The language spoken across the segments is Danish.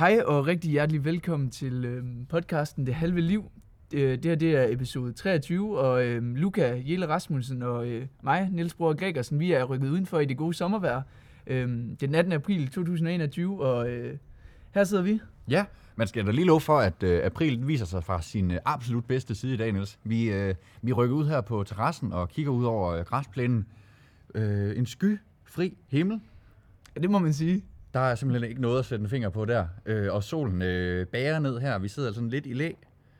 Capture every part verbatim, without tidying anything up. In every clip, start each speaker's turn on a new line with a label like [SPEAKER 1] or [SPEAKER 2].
[SPEAKER 1] Hej og rigtig hjertelig velkommen til øh, podcasten Det Halve Liv. Øh, det her det er episode treogtyve, og øh, Luca Jelle Rasmussen og øh, mig, Niels Bror Gregersen, vi er rykket udenfor i det gode sommervejr. Øh, det er den attende april to tusind og enogtyve, og øh, her sidder vi.
[SPEAKER 2] Ja, man skal da lige love for, at øh, april viser sig fra sin øh, absolut bedste side i dag, Niels. Vi, øh, vi rykker ud her på terrassen og kigger ud over øh, græsplænen. Øh, en skyfri himmel.
[SPEAKER 1] Ja, det må man sige.
[SPEAKER 2] Der er simpelthen ikke noget at sætte en finger på der. Øh, og solen øh, bærer ned her. Vi sidder sådan lidt i læ.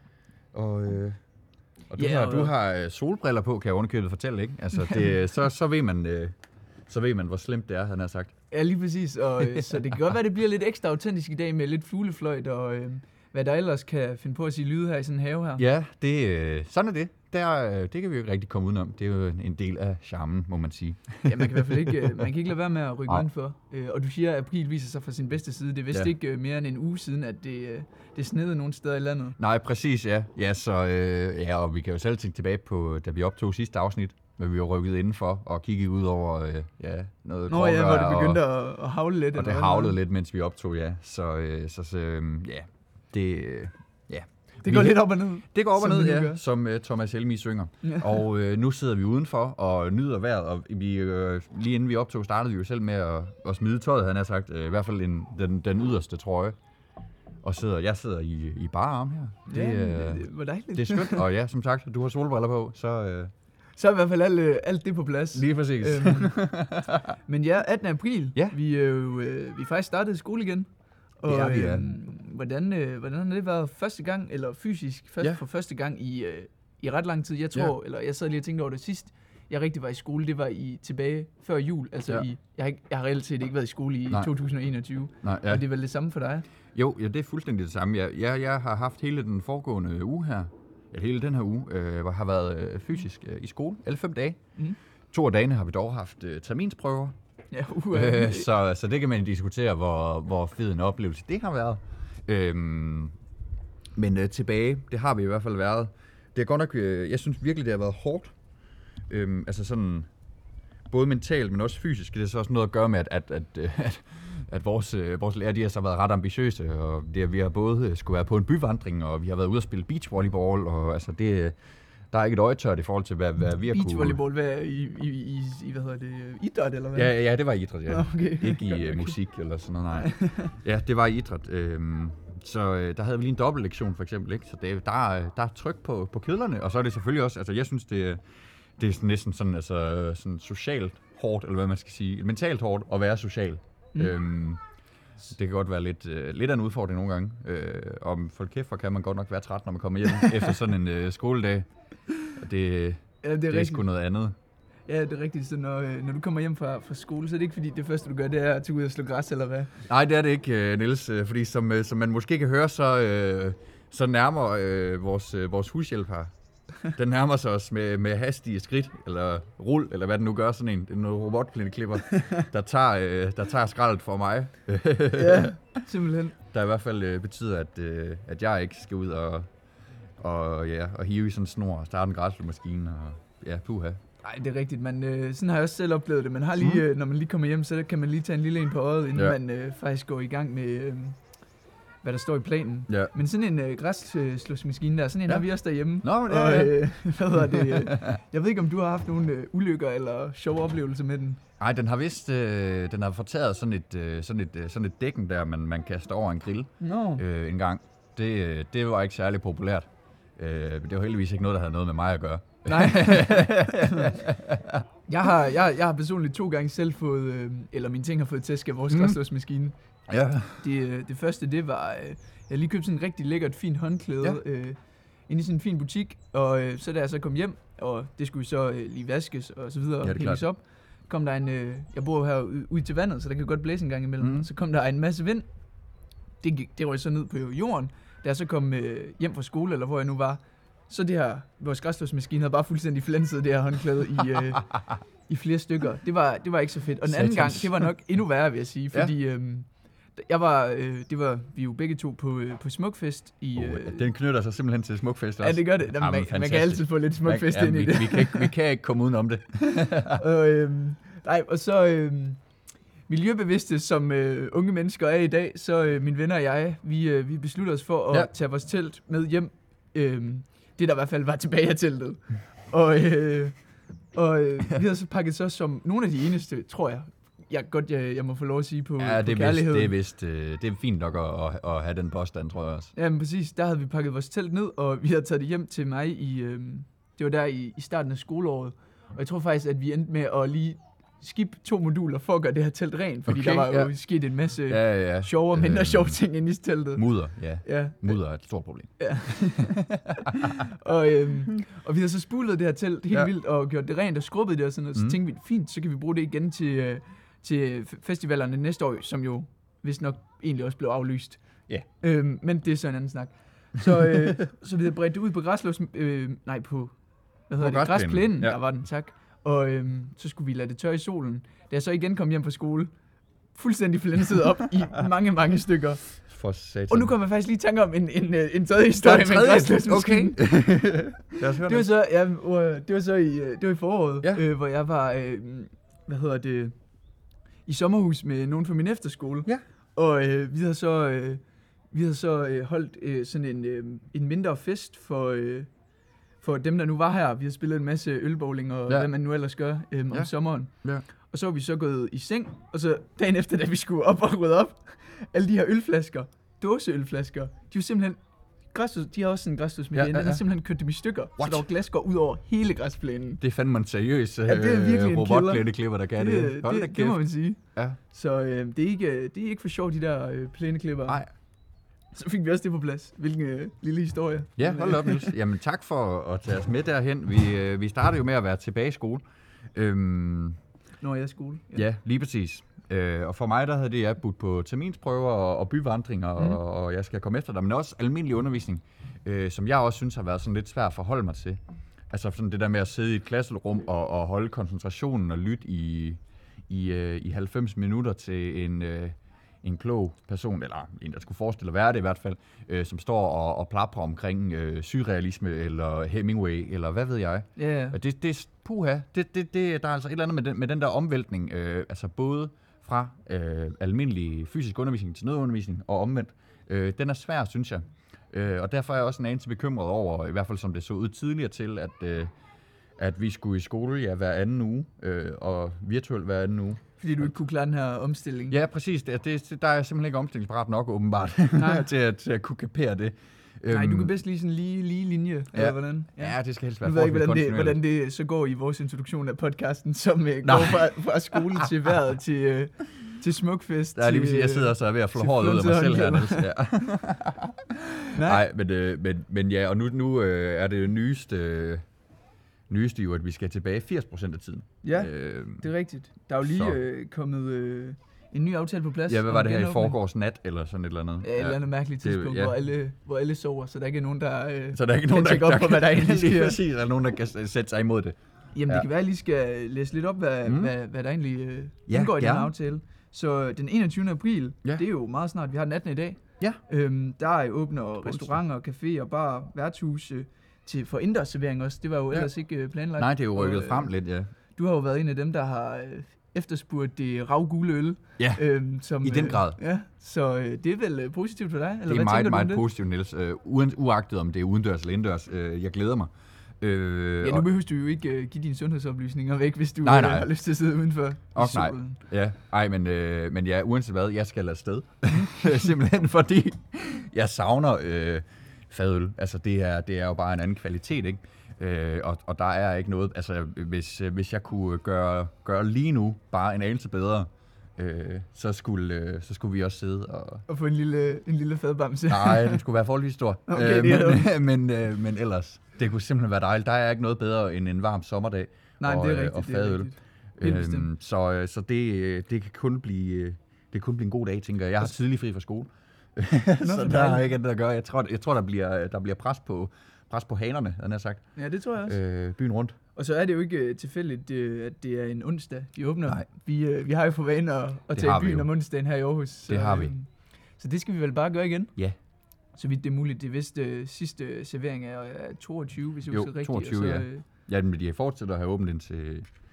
[SPEAKER 2] Og, øh, og du,
[SPEAKER 1] ja,
[SPEAKER 2] har, du har solbriller på, kan jeg ovenikøbet fortælle, ikke? Altså, det, så, så, ved man, øh, så ved man, hvor slemt det er, han har sagt.
[SPEAKER 1] Ja, lige præcis. Og, øh, så det kan godt være, det bliver lidt ekstra autentisk i dag med lidt fuglefløjt og øh, hvad der ellers kan finde på at sige lyde her i sådan en have her.
[SPEAKER 2] Ja, det, øh, sådan er det. Der, det kan vi jo ikke rigtig komme udenom. Det er jo en del af charmen, må man sige.
[SPEAKER 1] Ja, man kan i hvert fald ikke, man kan ikke lade være med at rykke udenfor. Og du siger, at april viser sig fra sin bedste side. Det er vist ja. ikke mere end en uge siden, at det, det snede nogle steder i landet.
[SPEAKER 2] Nej, præcis, ja. Ja, så, øh, ja, og vi kan jo selv tænke tilbage på, da vi optog sidste afsnit, hvor vi var rykket indenfor og kiggede ud over øh, ja, noget
[SPEAKER 1] Nå ja, hvor det begyndte og, at, at havle lidt.
[SPEAKER 2] Og det havlede lidt, mens vi optog, ja. Så, øh, så, så øh, ja, det... Øh, ja.
[SPEAKER 1] Det går vi, lidt op og ned.
[SPEAKER 2] Det går op og ned, ja, som uh, Thomas Helmi synger. Ja. Og uh, nu sidder vi udenfor og nyder vejret, og vi, uh, lige inden vi optog, startede vi jo selv med at, at smide tøjet, han har sagt, uh, i hvert fald en, den, den yderste trøje. Og sidder, jeg sidder i, i bare arm her.
[SPEAKER 1] Det, ja, det, det var dejligt.
[SPEAKER 2] Det er skønt, og ja, som sagt, du har solbriller på, så... Uh,
[SPEAKER 1] så er i hvert fald alt, alt det på plads.
[SPEAKER 2] Lige præcis.
[SPEAKER 1] Øhm, men ja, attende april,
[SPEAKER 2] ja.
[SPEAKER 1] vi, øh, vi faktisk startede skole igen. Og,
[SPEAKER 2] det er vi, ja.
[SPEAKER 1] øh, hvordan, øh, hvordan har det været første gang, eller fysisk først, ja. for første gang i, øh, i ret lang tid? Jeg tror, ja. eller jeg sad lige og tænkte over det sidst, jeg rigtig var i skole, det var i tilbage før jul. Altså ja. i, jeg, har ikke, jeg har reelt set ikke været i skole i Nej. to tusind og enogtyve.
[SPEAKER 2] Nej, ja.
[SPEAKER 1] Og det er vel det samme for dig?
[SPEAKER 2] Jo, ja, det er fuldstændig det samme. Jeg, jeg, jeg har haft hele den foregående uge her, eller hele den her uge, øh, hvor jeg har været øh, fysisk øh, i skole, alle fem dage. Mm. To af dagene har vi dog haft øh, terminsprøver. Ja, uh, øh, så, så det kan man diskutere, hvor, hvor fed en oplevelse det har været. Øhm, men øh, tilbage, det har vi i hvert fald været. Det er godt nok, øh, jeg synes virkelig, det har været hårdt. Øhm, altså sådan, både mentalt, men også fysisk. Det er så også noget at gøre med, at, at, at, at, at vores, øh, vores lærer, de har så været ret ambitiøse. Og det, vi har både skulle være på en byvandring, og vi har været ude og spille beachvolleyball. Og altså det... Der er ikke et øjetørt i forhold til, hvad, hvad vi har kunne...
[SPEAKER 1] Beachvolleyball, hvad i, i, i, i, hvad hedder det, idræt, eller hvad?
[SPEAKER 2] Ja, ja, det var idræt, ja.
[SPEAKER 1] Okay.
[SPEAKER 2] Ikke i uh, musik eller sådan noget, nej. Ja, det var idræt. Øhm, så øh, der havde vi lige en dobbeltlektion, for eksempel, ikke? Så det, der, er, der er tryk på, på kedlerne, og så er det selvfølgelig også... Altså, jeg synes, det, det er sådan, næsten sådan, altså, sådan socialt hårdt, eller hvad man skal sige. Mentalt hårdt at være social. Mm. Øhm, det kan godt være lidt, øh, lidt af en udfordring nogle gange. Øh, om folk kæft, for kan man godt nok være træt, når man kommer hjem efter sådan en øh, skoledag. Det, ja, det er, det er sgu noget andet.
[SPEAKER 1] Ja, det er rigtigt. Så når, når du kommer hjem fra, fra skole, så er det ikke fordi, det første du gør, det er at tage ud og slå græs, eller hvad?
[SPEAKER 2] Nej, det er det ikke, Niels. Fordi som, som man måske kan høre, så, så nærmer øh, vores, vores hushjælp her. Den nærmer sig os med, med hastige skridt, eller rul, eller hvad den nu gør, sådan en, en robotplæneklipper, der tager, øh, der tager skraldet for mig.
[SPEAKER 1] Ja, simpelthen.
[SPEAKER 2] Der i hvert fald øh, betyder, at, øh, at jeg ikke skal ud og... Og ja, og hive i sådan en snor og starte en græsslåmaskine og ja, puha.
[SPEAKER 1] Nej, det er rigtigt. Man, øh, sådan har jeg også selv oplevet det. Man har lige, øh, når man lige kommer hjem, så kan man lige tage en lille en på øjet, inden ja. man øh, faktisk går i gang med, øh, hvad der står i planen. Ja. Men sådan en øh, græsslåmaskine der, sådan en ja. har vi også derhjemme.
[SPEAKER 2] Nå, men og, øh,
[SPEAKER 1] hvad hedder det? Øh, jeg ved ikke, om du har haft nogle øh, ulykker eller sjove oplevelser med den?
[SPEAKER 2] Nej, den har vist, øh, den har fortæret sådan et, øh, sådan et, øh, sådan et dækken der, man, man kaster over en grill no. øh, en gang. Det, det var ikke særlig populært. Det var heldigvis ikke noget, der havde noget med mig at gøre.
[SPEAKER 1] Nej. jeg, har, jeg, jeg har personligt to gange selv fået, eller mine ting har fået tæsk af vores mm. græsslåsmaskine.
[SPEAKER 2] Ja.
[SPEAKER 1] Det, det første, det var, jeg lige købte sådan en rigtig lækkert, fint håndklæde ja. øh, ind i sådan en fin butik, og øh, så da jeg så kom hjem, og det skulle så øh, lige vaskes og så videre, ja, og hænges op, kom der en, øh, jeg bor her ude til vandet, så der kan godt blæse en gang imellem, mm. så kom der en masse vind. Det, gik, det røg så ned på jorden. Da jeg så kom øh, hjem fra skole, eller hvor jeg nu var, så det her, vores græsslåsmaskine havde bare fuldstændig flænset det her håndklæde i, øh, i flere stykker. Det var, det var ikke så fedt. Og den anden gang, det var nok endnu værre, vil jeg sige, fordi ja. øh, jeg var, øh, det var, vi jo begge to på, øh, på Smukfest i... Øh,
[SPEAKER 2] oh, den knytter sig simpelthen til Smukfest også.
[SPEAKER 1] Ja, det gør det. Jamen, man, man kan altid få lidt Smukfest ja, ind
[SPEAKER 2] vi,
[SPEAKER 1] i det.
[SPEAKER 2] Vi kan, ikke, vi kan ikke komme udenom det.
[SPEAKER 1] og, øh, nej, og så... Øh, miljøbevidste, som øh, unge mennesker er i dag, så øh, mine venner og jeg, vi, øh, vi beslutter os for at ja. tage vores telt med hjem. Øh, det, der i hvert fald var tilbage af teltet. Og, øh, og øh, vi har så pakket så som nogle af de eneste, tror jeg, jeg godt, jeg, jeg må få lov at sige på,
[SPEAKER 2] ja, det
[SPEAKER 1] på kærlighed.
[SPEAKER 2] Ja, det er vist, øh, det er fint nok at, at, at have den påstand, tror jeg også.
[SPEAKER 1] Ja, men præcis. Der havde vi pakket vores telt ned, og vi havde taget det hjem til mig i, øh, det var der i, i starten af skoleåret. Og jeg tror faktisk, at vi endte med at lige skip to moduler for at gøre det her telt rent, fordi okay, der var jo ja. sket en masse
[SPEAKER 2] ja, ja.
[SPEAKER 1] sjove og mindre øh, sjove ting inde i teltet.
[SPEAKER 2] Mudder, ja. ja. Mudder er et stort problem. Ja.
[SPEAKER 1] og, øhm, og vi havde så spulet det her telt helt ja. vildt og gjort det rent og skrubbet det og sådan noget. Så mm. tænkte vi, fint, så kan vi bruge det igen til, øh, til festivalerne næste år, som jo vist nok egentlig også blev aflyst.
[SPEAKER 2] Ja.
[SPEAKER 1] Øhm, men det er så en anden snak. Så, øh, så vi havde bredt det ud på græslås, øh, nej på, hvad hedder på det, græsplænen, ja. Der var den, tak. Og øhm, så skulle vi lade det tørre i solen. Da jeg så igen kom hjem fra skole, fuldstændig flænset op i mange, mange stykker.
[SPEAKER 2] For satan.
[SPEAKER 1] Og nu kommer jeg faktisk lige i tanke om en, en, en tredje historie med en græslåsmaskine.
[SPEAKER 2] Okay.
[SPEAKER 1] det var så, ja, det var så i, det var i foråret, ja. øh, hvor jeg var, øh, hvad hedder det, i sommerhus med nogen fra min efterskole.
[SPEAKER 2] Ja.
[SPEAKER 1] Og øh, vi havde så, øh, vi havde så øh, holdt øh, sådan en, øh, en mindre fest for... Øh, For dem, der nu var her, vi har spillet en masse ølbowling og ja. hvad man nu ellers gør øhm, om ja. sommeren. Ja. Og så var vi så gået i seng, og så dagen efter, da vi skulle op og rydde op, alle de her ølflasker, dåseølflasker, de var simpelthen, græsslås, de har også sådan en græsslåsmaskine, ja, ja, ja. Den har simpelthen kørt dem i stykker, What? Så der var glas går ud over hele græsplænen.
[SPEAKER 2] Det fandt man seriøst ja, det er virkelig robotplæneklipper, der kan det.
[SPEAKER 1] Det, det, det, det må man sige. Ja. Så øh, det, er ikke, det er ikke for sjovt, de der øh, plæneklipper.
[SPEAKER 2] Nej.
[SPEAKER 1] Så fik vi også det på plads. Hvilken øh, lille historie.
[SPEAKER 2] Ja, hold op, Niels. Jamen tak for at tage os med derhen. Vi, øh, vi startede jo med at være tilbage i skole. Øhm,
[SPEAKER 1] Når jeg er i skole.
[SPEAKER 2] Ja, ja lige præcis. Øh, og for mig, der havde det jeg budt på terminsprøver og, og byvandringer, mm. og, og jeg skal komme efter dig. Men også almindelig undervisning, øh, som jeg også synes har været sådan lidt svært at forholde mig til. Altså sådan det der med at sidde i et klasserum og, og holde koncentrationen og lytte i, i, øh, i halvfems minutter til en... Øh, en klog person, eller en, der skulle forestille at være det i hvert fald, øh, som står og, og plaprer omkring øh, surrealisme, eller Hemingway, eller hvad ved jeg.
[SPEAKER 1] Yeah.
[SPEAKER 2] Det, det, puha, det, det, det, der er altså et eller andet med den, med den der omvæltning, øh, altså både fra øh, almindelig fysisk undervisning til nødundervisning, og omvendt. Øh, den er svær, synes jeg. Øh, og derfor er jeg også en anelse bekymret over, i hvert fald som det så ud tidligere til, at, øh, at vi skulle i skole ja, hver anden uge, øh, og virtuelt hver anden uge.
[SPEAKER 1] Fordi du ikke kunne klare den her omstilling.
[SPEAKER 2] Ja, præcis. Det, det, der er simpelthen ikke omstillingsparat nok, åbenbart, til, at, til at kunne kapere det.
[SPEAKER 1] Nej, du kan bedst lige sådan en lige, lige linje,
[SPEAKER 2] ja.
[SPEAKER 1] eller hvordan?
[SPEAKER 2] Ja. ja, det skal helst være
[SPEAKER 1] for Jeg ved ikke, hvordan det, hvordan det så går i vores introduktion af podcasten, som uh, går fra, fra skole til vejret til, uh, til smukfest.
[SPEAKER 2] Der er lige jeg sidder så ved at flå håret ud af mig selv her. Niels. Ja. Nej, men, øh, men, men ja, og nu, nu øh, er det jo nyeste... Øh, nyeste jo, at vi skal tilbage firs procent af tiden.
[SPEAKER 1] Ja, øh, det er rigtigt. Der er jo lige øh, kommet øh, en ny aftale på plads.
[SPEAKER 2] Ja, hvad var det her i forgårs nat, eller sådan et eller andet?
[SPEAKER 1] Ja, et eller andet mærkeligt tidspunkt, det, ja. hvor, alle, hvor alle sover, så der er ikke nogen, der, øh,
[SPEAKER 2] så der er ikke nogen,
[SPEAKER 1] kan tjekke op på, hvad der egentlig sker.
[SPEAKER 2] Præcis, der er nogen, der kan sætte sig imod det.
[SPEAKER 1] Jamen, ja. Det kan være, at jeg lige skal læse lidt op, hvad, mm. hvad, hvad der egentlig øh, ja, indgår i ja. den aftale. Så den enogtyvende april, ja. det er jo meget snart, vi har den attende i dag.
[SPEAKER 2] Ja.
[SPEAKER 1] Øhm, der er åbner restauranter, caféer, bar, værtshuse, til for indendørsservering også. Det var jo ja. ellers ikke planlagt.
[SPEAKER 2] Nej, det er jo rykket og, frem lidt, ja.
[SPEAKER 1] Du har jo været en af dem, der har øh, efterspurgt det ravgule øl.
[SPEAKER 2] Ja, øhm, som, i den grad.
[SPEAKER 1] Øh, ja, så øh, det er vel øh, positivt for dig? Eller
[SPEAKER 2] det er
[SPEAKER 1] hvad
[SPEAKER 2] meget, meget
[SPEAKER 1] det?
[SPEAKER 2] positivt, Niels. Uh, uagtet om det er udendørs eller indendørs. Uh, jeg glæder mig. Uh,
[SPEAKER 1] ja, nu behøver du jo ikke uh, give dine sundhedsoplysninger væk, hvis du
[SPEAKER 2] nej, nej.
[SPEAKER 1] Uh, har lyst til at sidde udenfor
[SPEAKER 2] og nej. Ja, ej, men, øh, men ja, uanset hvad, jeg skal afsted. Simpelthen fordi jeg savner... Øh, fadøl. Altså det er, det er jo bare en anden kvalitet, ikke? Øh, og, og der er ikke noget, altså hvis, hvis jeg kunne gøre, gøre lige nu bare en anelse bedre, øh, så, skulle, øh, så skulle vi også sidde og...
[SPEAKER 1] Og få en lille, en lille fadbamse.
[SPEAKER 2] Nej, den skulle være forholdsvis stor.
[SPEAKER 1] Okay,
[SPEAKER 2] øh, men, men, øh, men ellers, det kunne simpelthen være dejligt. Der er ikke noget bedre end en varm sommerdag.
[SPEAKER 1] Nej,
[SPEAKER 2] og,
[SPEAKER 1] det er rigtigt,
[SPEAKER 2] og fadøl.
[SPEAKER 1] Det er rigtigt.
[SPEAKER 2] Øhm, så så det, det kan kun blive, det kan kun blive en god dag, tænker jeg. Jeg har tidlig fri fra skole. Så der er ikke andet at gøre. Jeg tror, jeg tror der, bliver, der bliver pres på, pres på hanerne, havde jeg sagt.
[SPEAKER 1] Ja, det tror jeg også.
[SPEAKER 2] Øh, byen rundt.
[SPEAKER 1] Og så er det jo ikke tilfældigt, at det er en onsdag, vi åbner. Vi, vi har jo for vane at, at tage byen om onsdagen her i Aarhus. Så,
[SPEAKER 2] det har vi.
[SPEAKER 1] Så det skal vi vel bare gøre igen?
[SPEAKER 2] Ja.
[SPEAKER 1] Så vidt det er muligt. Det vist uh, sidste servering er toogtyve, hvis jeg husker rigtigt.
[SPEAKER 2] toogtyve,
[SPEAKER 1] så,
[SPEAKER 2] ja. Ja, men de har fortsat at have åbent indtil,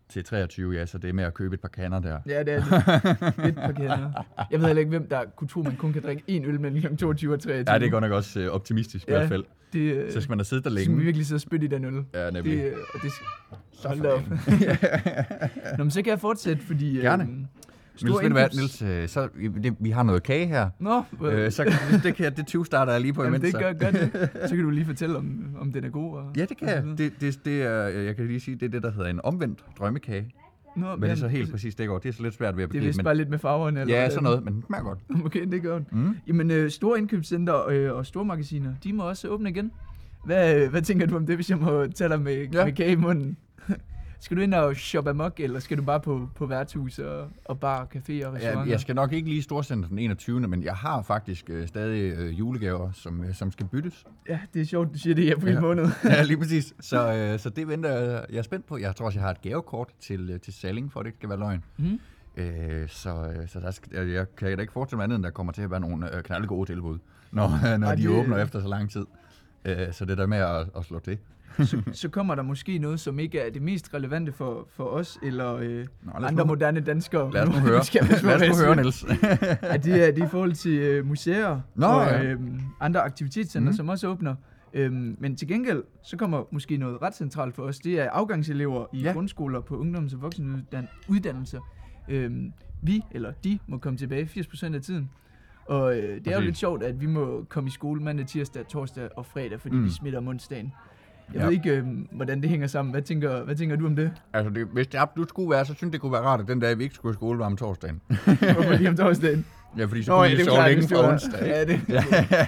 [SPEAKER 2] til treogtyve, ja, så det er med at købe et par kander der.
[SPEAKER 1] Ja, det er det. Et par kander. Jeg ved heller ikke, hvem der kunne tro, man kun kan drikke én øl mellem klokken toogtyve og treogtyve.
[SPEAKER 2] Ja, det er godt nok også øh, optimistisk ja, i hvert fald. Det, så skal man da sidde der længe. Så
[SPEAKER 1] skal man virkelig sidde og spytte i den øl.
[SPEAKER 2] Ja, nemlig.
[SPEAKER 1] Det, og det så hold op. Nå, men så kan jeg fortsætte, fordi...
[SPEAKER 2] Gerne. Øh, Men ved du hvad, Niels, øh, så, det, vi har noget kage her.
[SPEAKER 1] Nå.
[SPEAKER 2] Øh, så det, kan, det tyve starter jeg lige på imens.
[SPEAKER 1] Jamen det gør, gør det. Så kan du lige fortælle, om, om den er god. Og,
[SPEAKER 2] ja, det kan jeg. Det, det, det er, jeg kan lige sige, det er det, der hedder en omvendt drømmekage. Nå, men det er så helt præcis det går. Det er så lidt svært ved at
[SPEAKER 1] begribe. Det er vist bare lidt med farverne. Eller
[SPEAKER 2] ja, sådan noget, men det smager godt.
[SPEAKER 1] Okay, det gør det. Mm. Jamen, øh, store indkøbscenter øh, og store magasiner, de må også åbne igen. Hvad, hvad tænker du om det, hvis jeg må tage dig med, ja. med kage i munden? Skal du ind og shoppe amok, eller skal du bare på, på værtshus og, og bar, café og restauranter?
[SPEAKER 2] Ja, jeg skal nok ikke lige storcenter den enogtyvende, men jeg har faktisk øh, stadig øh, julegaver, som, øh, som skal byttes.
[SPEAKER 1] Ja, det er sjovt, du siger det i april
[SPEAKER 2] ja.
[SPEAKER 1] måned.
[SPEAKER 2] Ja, lige præcis. Så, øh, så det venter jeg. Jeg er spændt på. Jeg tror også, jeg har et gavekort til, øh, til Salling, for det ikke skal være løgn. Mm. Øh, så øh, så der skal, jeg, jeg kan da ikke forestille mig andet, end der kommer til at være nogle øh, knaldegode tilbud, når, når de det... åbner efter så lang tid. Øh, så det der med at, at slå det.
[SPEAKER 1] så, så kommer der måske noget, som ikke er det mest relevante for, for os, eller øh, Nå, andre nu, moderne danskere.
[SPEAKER 2] Lad os nu høre, lad os nu høre Niels.
[SPEAKER 1] At det, er, det er i forhold til øh, museer Nå, og ja. øh, andre aktivitetscenter, mm. som også åbner. Øhm, men til gengæld, så kommer måske noget ret centralt for os. Det er afgangselever i ja. grundskoler på ungdoms- og voksenuddannelser. Øhm, vi, eller de, må komme tilbage firs procent af tiden. Og øh, det okay. er jo lidt sjovt, at vi må komme i skole mandag, tirsdag, torsdag og fredag, fordi mm. vi smitter om onsdagen. Jeg ja. ved ikke, øh, hvordan det hænger sammen. Hvad tænker, hvad tænker du om det?
[SPEAKER 2] Altså, det, hvis det absolut skulle være, så synes det kunne være rart, at den dag, vi ikke skulle i skole, var om torsdagen.
[SPEAKER 1] Hvorfor lige om torsdagen?
[SPEAKER 2] Ja, fordi så Nå, kunne ja, vi sove længe fra onsdag.
[SPEAKER 1] Ja, det, ja.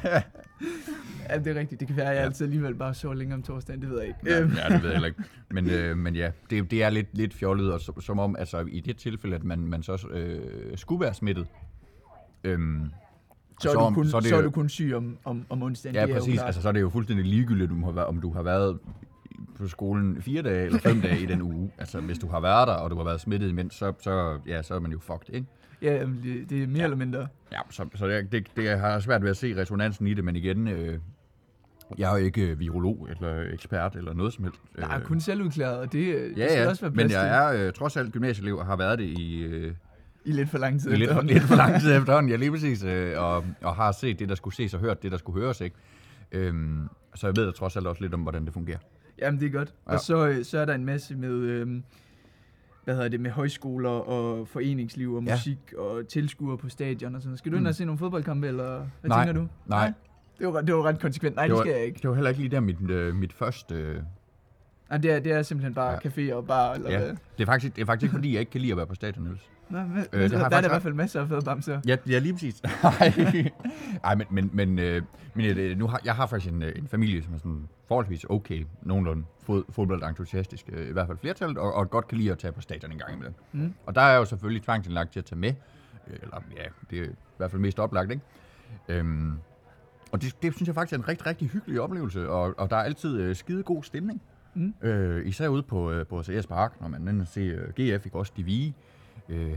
[SPEAKER 1] ja, det er rigtigt. Det kan være, at jeg ja. altid alligevel bare sover længe om torsdagen. Det ved jeg ikke.
[SPEAKER 2] Ja, ja det ved jeg heller ikke. Men, øh, men ja, det, det er lidt, lidt fjollet, og som, som om, altså i det tilfælde, at man, man så øh, skulle være smittet, øhm,
[SPEAKER 1] Så er, så, du kun, så, er det, så er du kun syg om, om, om onsdagen.
[SPEAKER 2] Ja, præcis. Altså, så er det jo fuldstændig ligegyldigt, om du, har, om du har været på skolen fire dage eller fem dage i den uge. Altså, hvis du har været der, og du har været smittet imens, så, så, ja, så er man jo fucked, ikke?
[SPEAKER 1] Ja, det, det er mere ja. eller mindre.
[SPEAKER 2] Ja, så, så det, det, det har svært ved at se resonansen i det, men igen, øh, jeg er jo ikke virolog eller ekspert eller noget som helst.
[SPEAKER 1] Nej, øh, kun selvudklæret, og det, det
[SPEAKER 2] ja,
[SPEAKER 1] skal
[SPEAKER 2] ja,
[SPEAKER 1] også være plads
[SPEAKER 2] til. Men jeg er øh, trods alt gymnasieelev og har været det i... Øh,
[SPEAKER 1] I lidt for lang tid
[SPEAKER 2] I lidt for, lidt for lang tid efterhånden, ja lige præcis, øh, og, og har set det, der skulle ses og hørt det, der skulle høres, ikke? Øhm, så jeg ved da trods alt også lidt om, hvordan det fungerer.
[SPEAKER 1] Jamen det er godt. Ja. Og så, så er der en masse med, øhm, hvad hedder det, med højskoler og foreningsliv og musik ja. og tilskuere på stadion og sådan noget. Skal du ind og se nogle fodboldkampe, eller hvad
[SPEAKER 2] Nej.
[SPEAKER 1] tænker du?
[SPEAKER 2] Nej. Nej.
[SPEAKER 1] Det var, det var ret konsekvent. Nej, det,
[SPEAKER 2] det
[SPEAKER 1] skal jeg ikke.
[SPEAKER 2] Det var heller ikke lige der mit, øh, mit første... Øh,
[SPEAKER 1] Nej, det er, det er simpelthen bare ja. café og bar, eller
[SPEAKER 2] ja.
[SPEAKER 1] hvad?
[SPEAKER 2] Det er faktisk, det er faktisk ikke, fordi jeg ikke kan lide at være på stadion, Niels.
[SPEAKER 1] Nej, men, øh, det der er der i hvert fald masser af fede bamser.
[SPEAKER 2] Ja, ja, lige præcis. Nej, men, men, men, øh, men øh, nu har, jeg har faktisk en, en familie, som er sådan forholdsvis okay, nogenlunde fod, fodboldentusiastisk, øh, i hvert fald flertallet, og, og godt kan lide at tage på stadion en gang imellem. Mm. Og der er jo selvfølgelig tvangsindlagt til at tage med, øh, eller ja, det er i hvert fald mest oplagt, ikke? Øhm, og det, det synes jeg faktisk er en rigtig, rigtig hyggelig oplevelse, og, og der er altid øh, skide god stemning. Mm. Øh, især ude på, øh, på C S Park, når man ender ser øh, G F, ikke også de vige. Øh.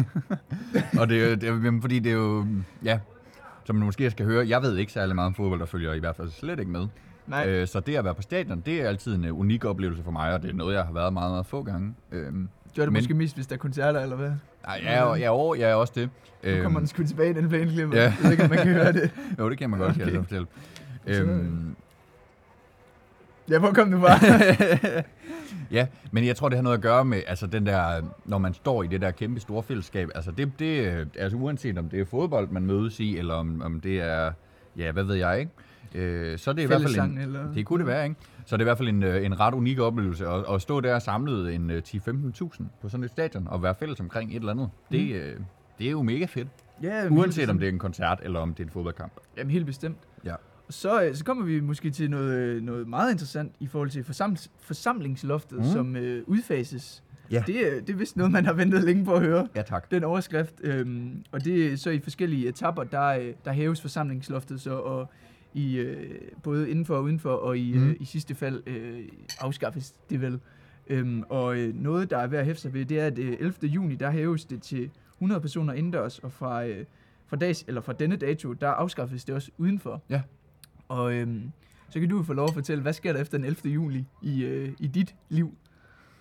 [SPEAKER 2] og det, det, fordi det er jo, ja, som man måske skal høre, jeg ved ikke særlig meget om fodbold, der følger i hvert fald slet ikke med. Nej. Øh, så det at være på stadion, det er altid en uh, unik oplevelse for mig, og det er noget, jeg har været meget, meget få gange. Øh,
[SPEAKER 1] Gør det men, måske mest, hvis der er koncerter, eller hvad?
[SPEAKER 2] Nej, jeg er, jeg er, jeg er også det.
[SPEAKER 1] Nu kommer den sgu tilbage i den plæneklipper. Ja. Jeg ved ikke, om man kan høre det.
[SPEAKER 2] Jo, det kan man godt, okay. Kan jeg så fortælle. Øhm,
[SPEAKER 1] Ja, hvor kom du bare?
[SPEAKER 2] Ja, men jeg tror, det har noget at gøre med, altså den der, når man står i det der kæmpe store fællesskab, altså det, det altså uanset om det er fodbold, man mødes i, eller om, om det er, ja, hvad ved jeg, ikke? Øh, så er det i hvert fald en, eller? Det kunne det være, ikke? Så er det i hvert fald en, en ret unik oplevelse, at, at stå der samlet en ti til femten tusind på sådan et stadion, og være fælles omkring et eller andet. Mm. Det, det er jo mega fedt. Ja, uanset om det er en koncert, eller om det er en fodboldkamp.
[SPEAKER 1] Jamen helt bestemt.
[SPEAKER 2] Ja.
[SPEAKER 1] Så, så kommer vi måske til noget, noget meget interessant i forhold til forsam- forsamlingsloftet, mm. som øh, udfases. Ja. Det, det er vist noget, man har ventet længe på at høre.
[SPEAKER 2] Ja, tak.
[SPEAKER 1] Den overskrift. Øhm, og det er så i forskellige etapper, der, der hæves forsamlingsloftet så, og i, øh, både indenfor og udenfor, og i, mm. øh, i sidste fald øh, afskaffes det vel. Øhm, og øh, noget, der er værd at hæfte sig ved, det er, at øh, ellevte juni, der hæves det til hundrede personer indendørs, og fra, øh, fra, dags, eller fra denne dato, der afskaffes det også udenfor. Ja. Og øhm, så kan du få lov at fortælle, hvad sker der efter den ellevte juli i, øh, i dit liv?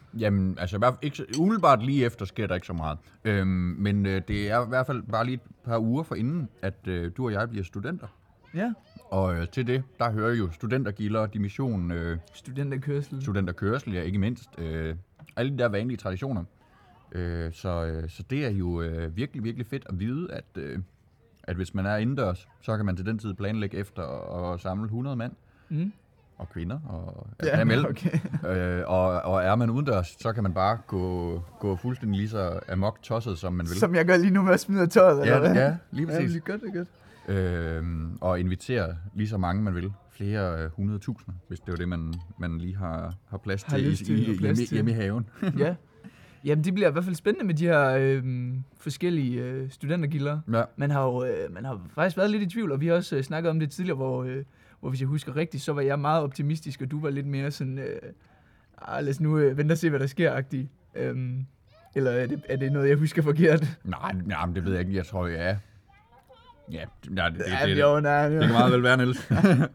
[SPEAKER 2] Jamen, altså ikke, umiddelbart lige efter sker der ikke så meget. Øhm, men øh, det er i hvert fald bare lige et par uger forinden, at øh, du og jeg bliver studenter.
[SPEAKER 1] Ja.
[SPEAKER 2] Og øh, til det, der hører jo studentergilder, dimission, øh,
[SPEAKER 1] studenterkørsel.
[SPEAKER 2] Studenterkørsel, ja, ikke mindst. Øh, alle de der vanlige traditioner. Øh, så, øh, så det er jo øh, virkelig, virkelig fedt at vide, at, øh, at hvis man er indendørs, så kan man til den tid planlægge efter at, at samle hundrede mand. Mm. Og kvinder, og
[SPEAKER 1] ja,
[SPEAKER 2] ja,
[SPEAKER 1] okay.
[SPEAKER 2] øh, og, og er man udendørs, så kan man bare gå, gå fuldstændig lige så amok tosset, som man vil.
[SPEAKER 1] Som jeg gør lige nu med at smide tøjet,
[SPEAKER 2] ja,
[SPEAKER 1] eller hvad?
[SPEAKER 2] Ja, lige præcis.
[SPEAKER 1] Ja, det er godt, det er godt.
[SPEAKER 2] Øhm, og invitere lige så mange man vil. Flere øh, hundrede tusinder, hvis det er det, man, man lige har, har plads
[SPEAKER 1] har
[SPEAKER 2] til,
[SPEAKER 1] til,
[SPEAKER 2] i, i, hjemme, hjemme i haven.
[SPEAKER 1] Ja. Jamen, det bliver i hvert fald spændende med de her øh, forskellige øh, studentergilder. Ja. Man har jo øh, man har faktisk været lidt i tvivl, og vi har også øh, snakket om det tidligere, hvor, øh, hvor hvis jeg husker rigtigt, så var jeg meget optimistisk, og du var lidt mere sådan, øh, ah, lad os nu øh, vente og se, hvad der sker-agtigt. Øhm, eller er det, er det noget, jeg husker forkert?
[SPEAKER 2] Nej, nej, men det ved jeg ikke. Jeg tror, jeg er. Ja, nej, det, det,
[SPEAKER 1] ja,
[SPEAKER 2] det,
[SPEAKER 1] jo, nej,
[SPEAKER 2] det kan meget vel være, Niels.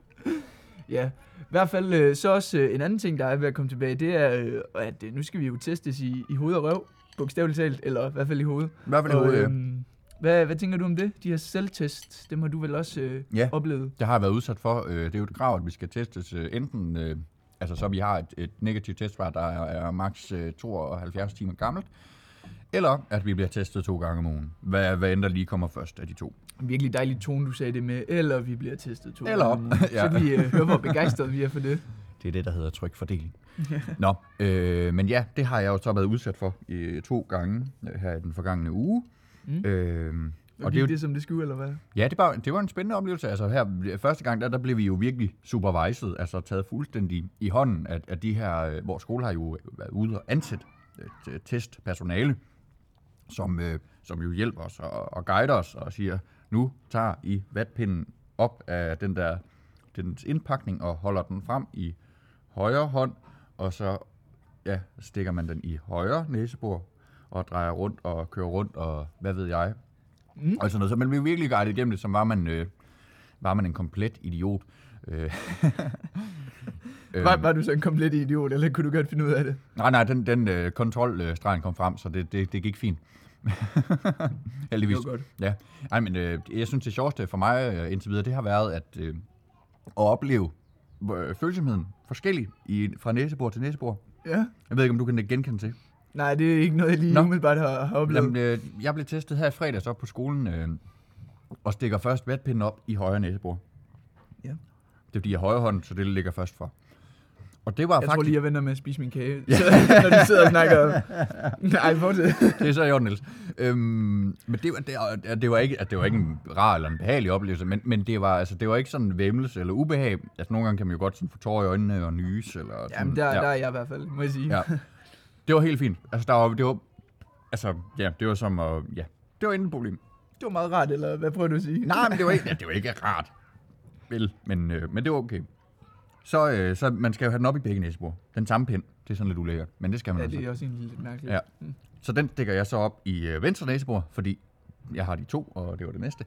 [SPEAKER 1] Ja, i hvert fald øh, så også øh, en anden ting, der er ved at komme tilbage, det er, øh, at øh, nu skal vi jo testes i, i hoved og røv, bogstaveligt talt, eller i hvert fald i hovedet.
[SPEAKER 2] I hvert fald i hovedet,
[SPEAKER 1] øh, hvad, hvad tænker du om det? De her selvtest, dem har du vel også øh,
[SPEAKER 2] ja,
[SPEAKER 1] oplevet?
[SPEAKER 2] det har jeg været udsat for. Det er jo et krav, at vi skal testes øh, enten, øh, altså så vi har et, et negativt testsvar, der er, er maks øh, tooghalvfjerds timer gammelt, eller at vi bliver testet to gange om ugen. Hvad, hvad end der lige kommer først af de to.
[SPEAKER 1] En virkelig dejlig tone, du sagde det med, eller vi bliver testet to
[SPEAKER 2] eller
[SPEAKER 1] gange om ugen. Ja. Så vi øh, hører, hvor begejstrede vi er for det.
[SPEAKER 2] Det er det, der hedder trykfordeling. Nå, øh, men ja, det har jeg jo så været udsat for øh, to gange øh, her i den forgangne uge.
[SPEAKER 1] Mm. Øh, og det er jo det, som det skulle, eller hvad?
[SPEAKER 2] Ja, det var, det var en spændende oplevelse. Altså her, første gang, der, der blev vi jo virkelig supervised, altså taget fuldstændig i hånden, at, at de her, hvor skole har jo været ude og ansætte øh, testpersonale, som, øh, som jo hjælper os og, og guider os og siger, nu tager I vatpinden op af den der dens indpakning og holder den frem i højre hånd, og så ja, stikker man den i højre næsebor og drejer rundt og kører rundt og hvad ved jeg. Mm. Og sådan noget. Så man blev virkelig guidet igennem det, som var man, øh, var man en komplet idiot.
[SPEAKER 1] Var, var du så en komplet idiot, eller kunne du godt finde ud af det?
[SPEAKER 2] Nej, nej, den, den øh, kontrolstregen kom frem, så det, det, det gik fint. Heldigvis.
[SPEAKER 1] Det var godt.
[SPEAKER 2] Ja. Ej, men øh, jeg synes, det sjoveste for mig øh, indtil videre, det har været at, øh, at opleve øh, følsomheden forskellig i, fra næsebor til næsebor.
[SPEAKER 1] Ja.
[SPEAKER 2] Jeg ved ikke, om du kan genkende til.
[SPEAKER 1] Nej, det er ikke noget, jeg lige umiddelbart har, har oplevet.
[SPEAKER 2] Jamen, øh, jeg blev testet her i fredags op på skolen, øh, og stikker først vatpinden op i højre næsebor.
[SPEAKER 1] Ja. Det
[SPEAKER 2] er fordi, jeg har højre hånd, så det ligger først for. Og det var
[SPEAKER 1] jeg
[SPEAKER 2] faktisk...
[SPEAKER 1] tror lige, jeg venter med at spise min kage, ja. Når du sidder og snakker. Nej, fortsæt.
[SPEAKER 2] Det er så i orden, Niels. Øhm, men det var, det, det, var ikke, det var ikke en rar eller en behagelig oplevelse, men, men det, var, altså, det var ikke sådan en væmmelse eller ubehag. Altså, nogle gange kan man jo godt sådan få tårer i øjnene og nys. Eller sådan.
[SPEAKER 1] Jamen, der, ja. der er jeg i hvert fald, må jeg sige.
[SPEAKER 2] Ja. Det var helt fint. Altså, der var, det var, altså, ja, det var som at, ja, det var ingen problem.
[SPEAKER 1] Det var meget rart, eller hvad prøver du at sige?
[SPEAKER 2] Nej, men det var ikke, ja, det var ikke rart. Vel, men, øh, men det var okay. Så, øh, så man skal jo have den op i begge næsebor. Den samme pind. Det er sådan lidt ulækkert, men det skal man
[SPEAKER 1] ja,
[SPEAKER 2] altså.
[SPEAKER 1] Ja, det er også egentlig lidt mærkeligt.
[SPEAKER 2] Ja.
[SPEAKER 1] Mm.
[SPEAKER 2] Så den stikker jeg så op i øh, venstre næsebor, fordi jeg har de to, og det var det næste.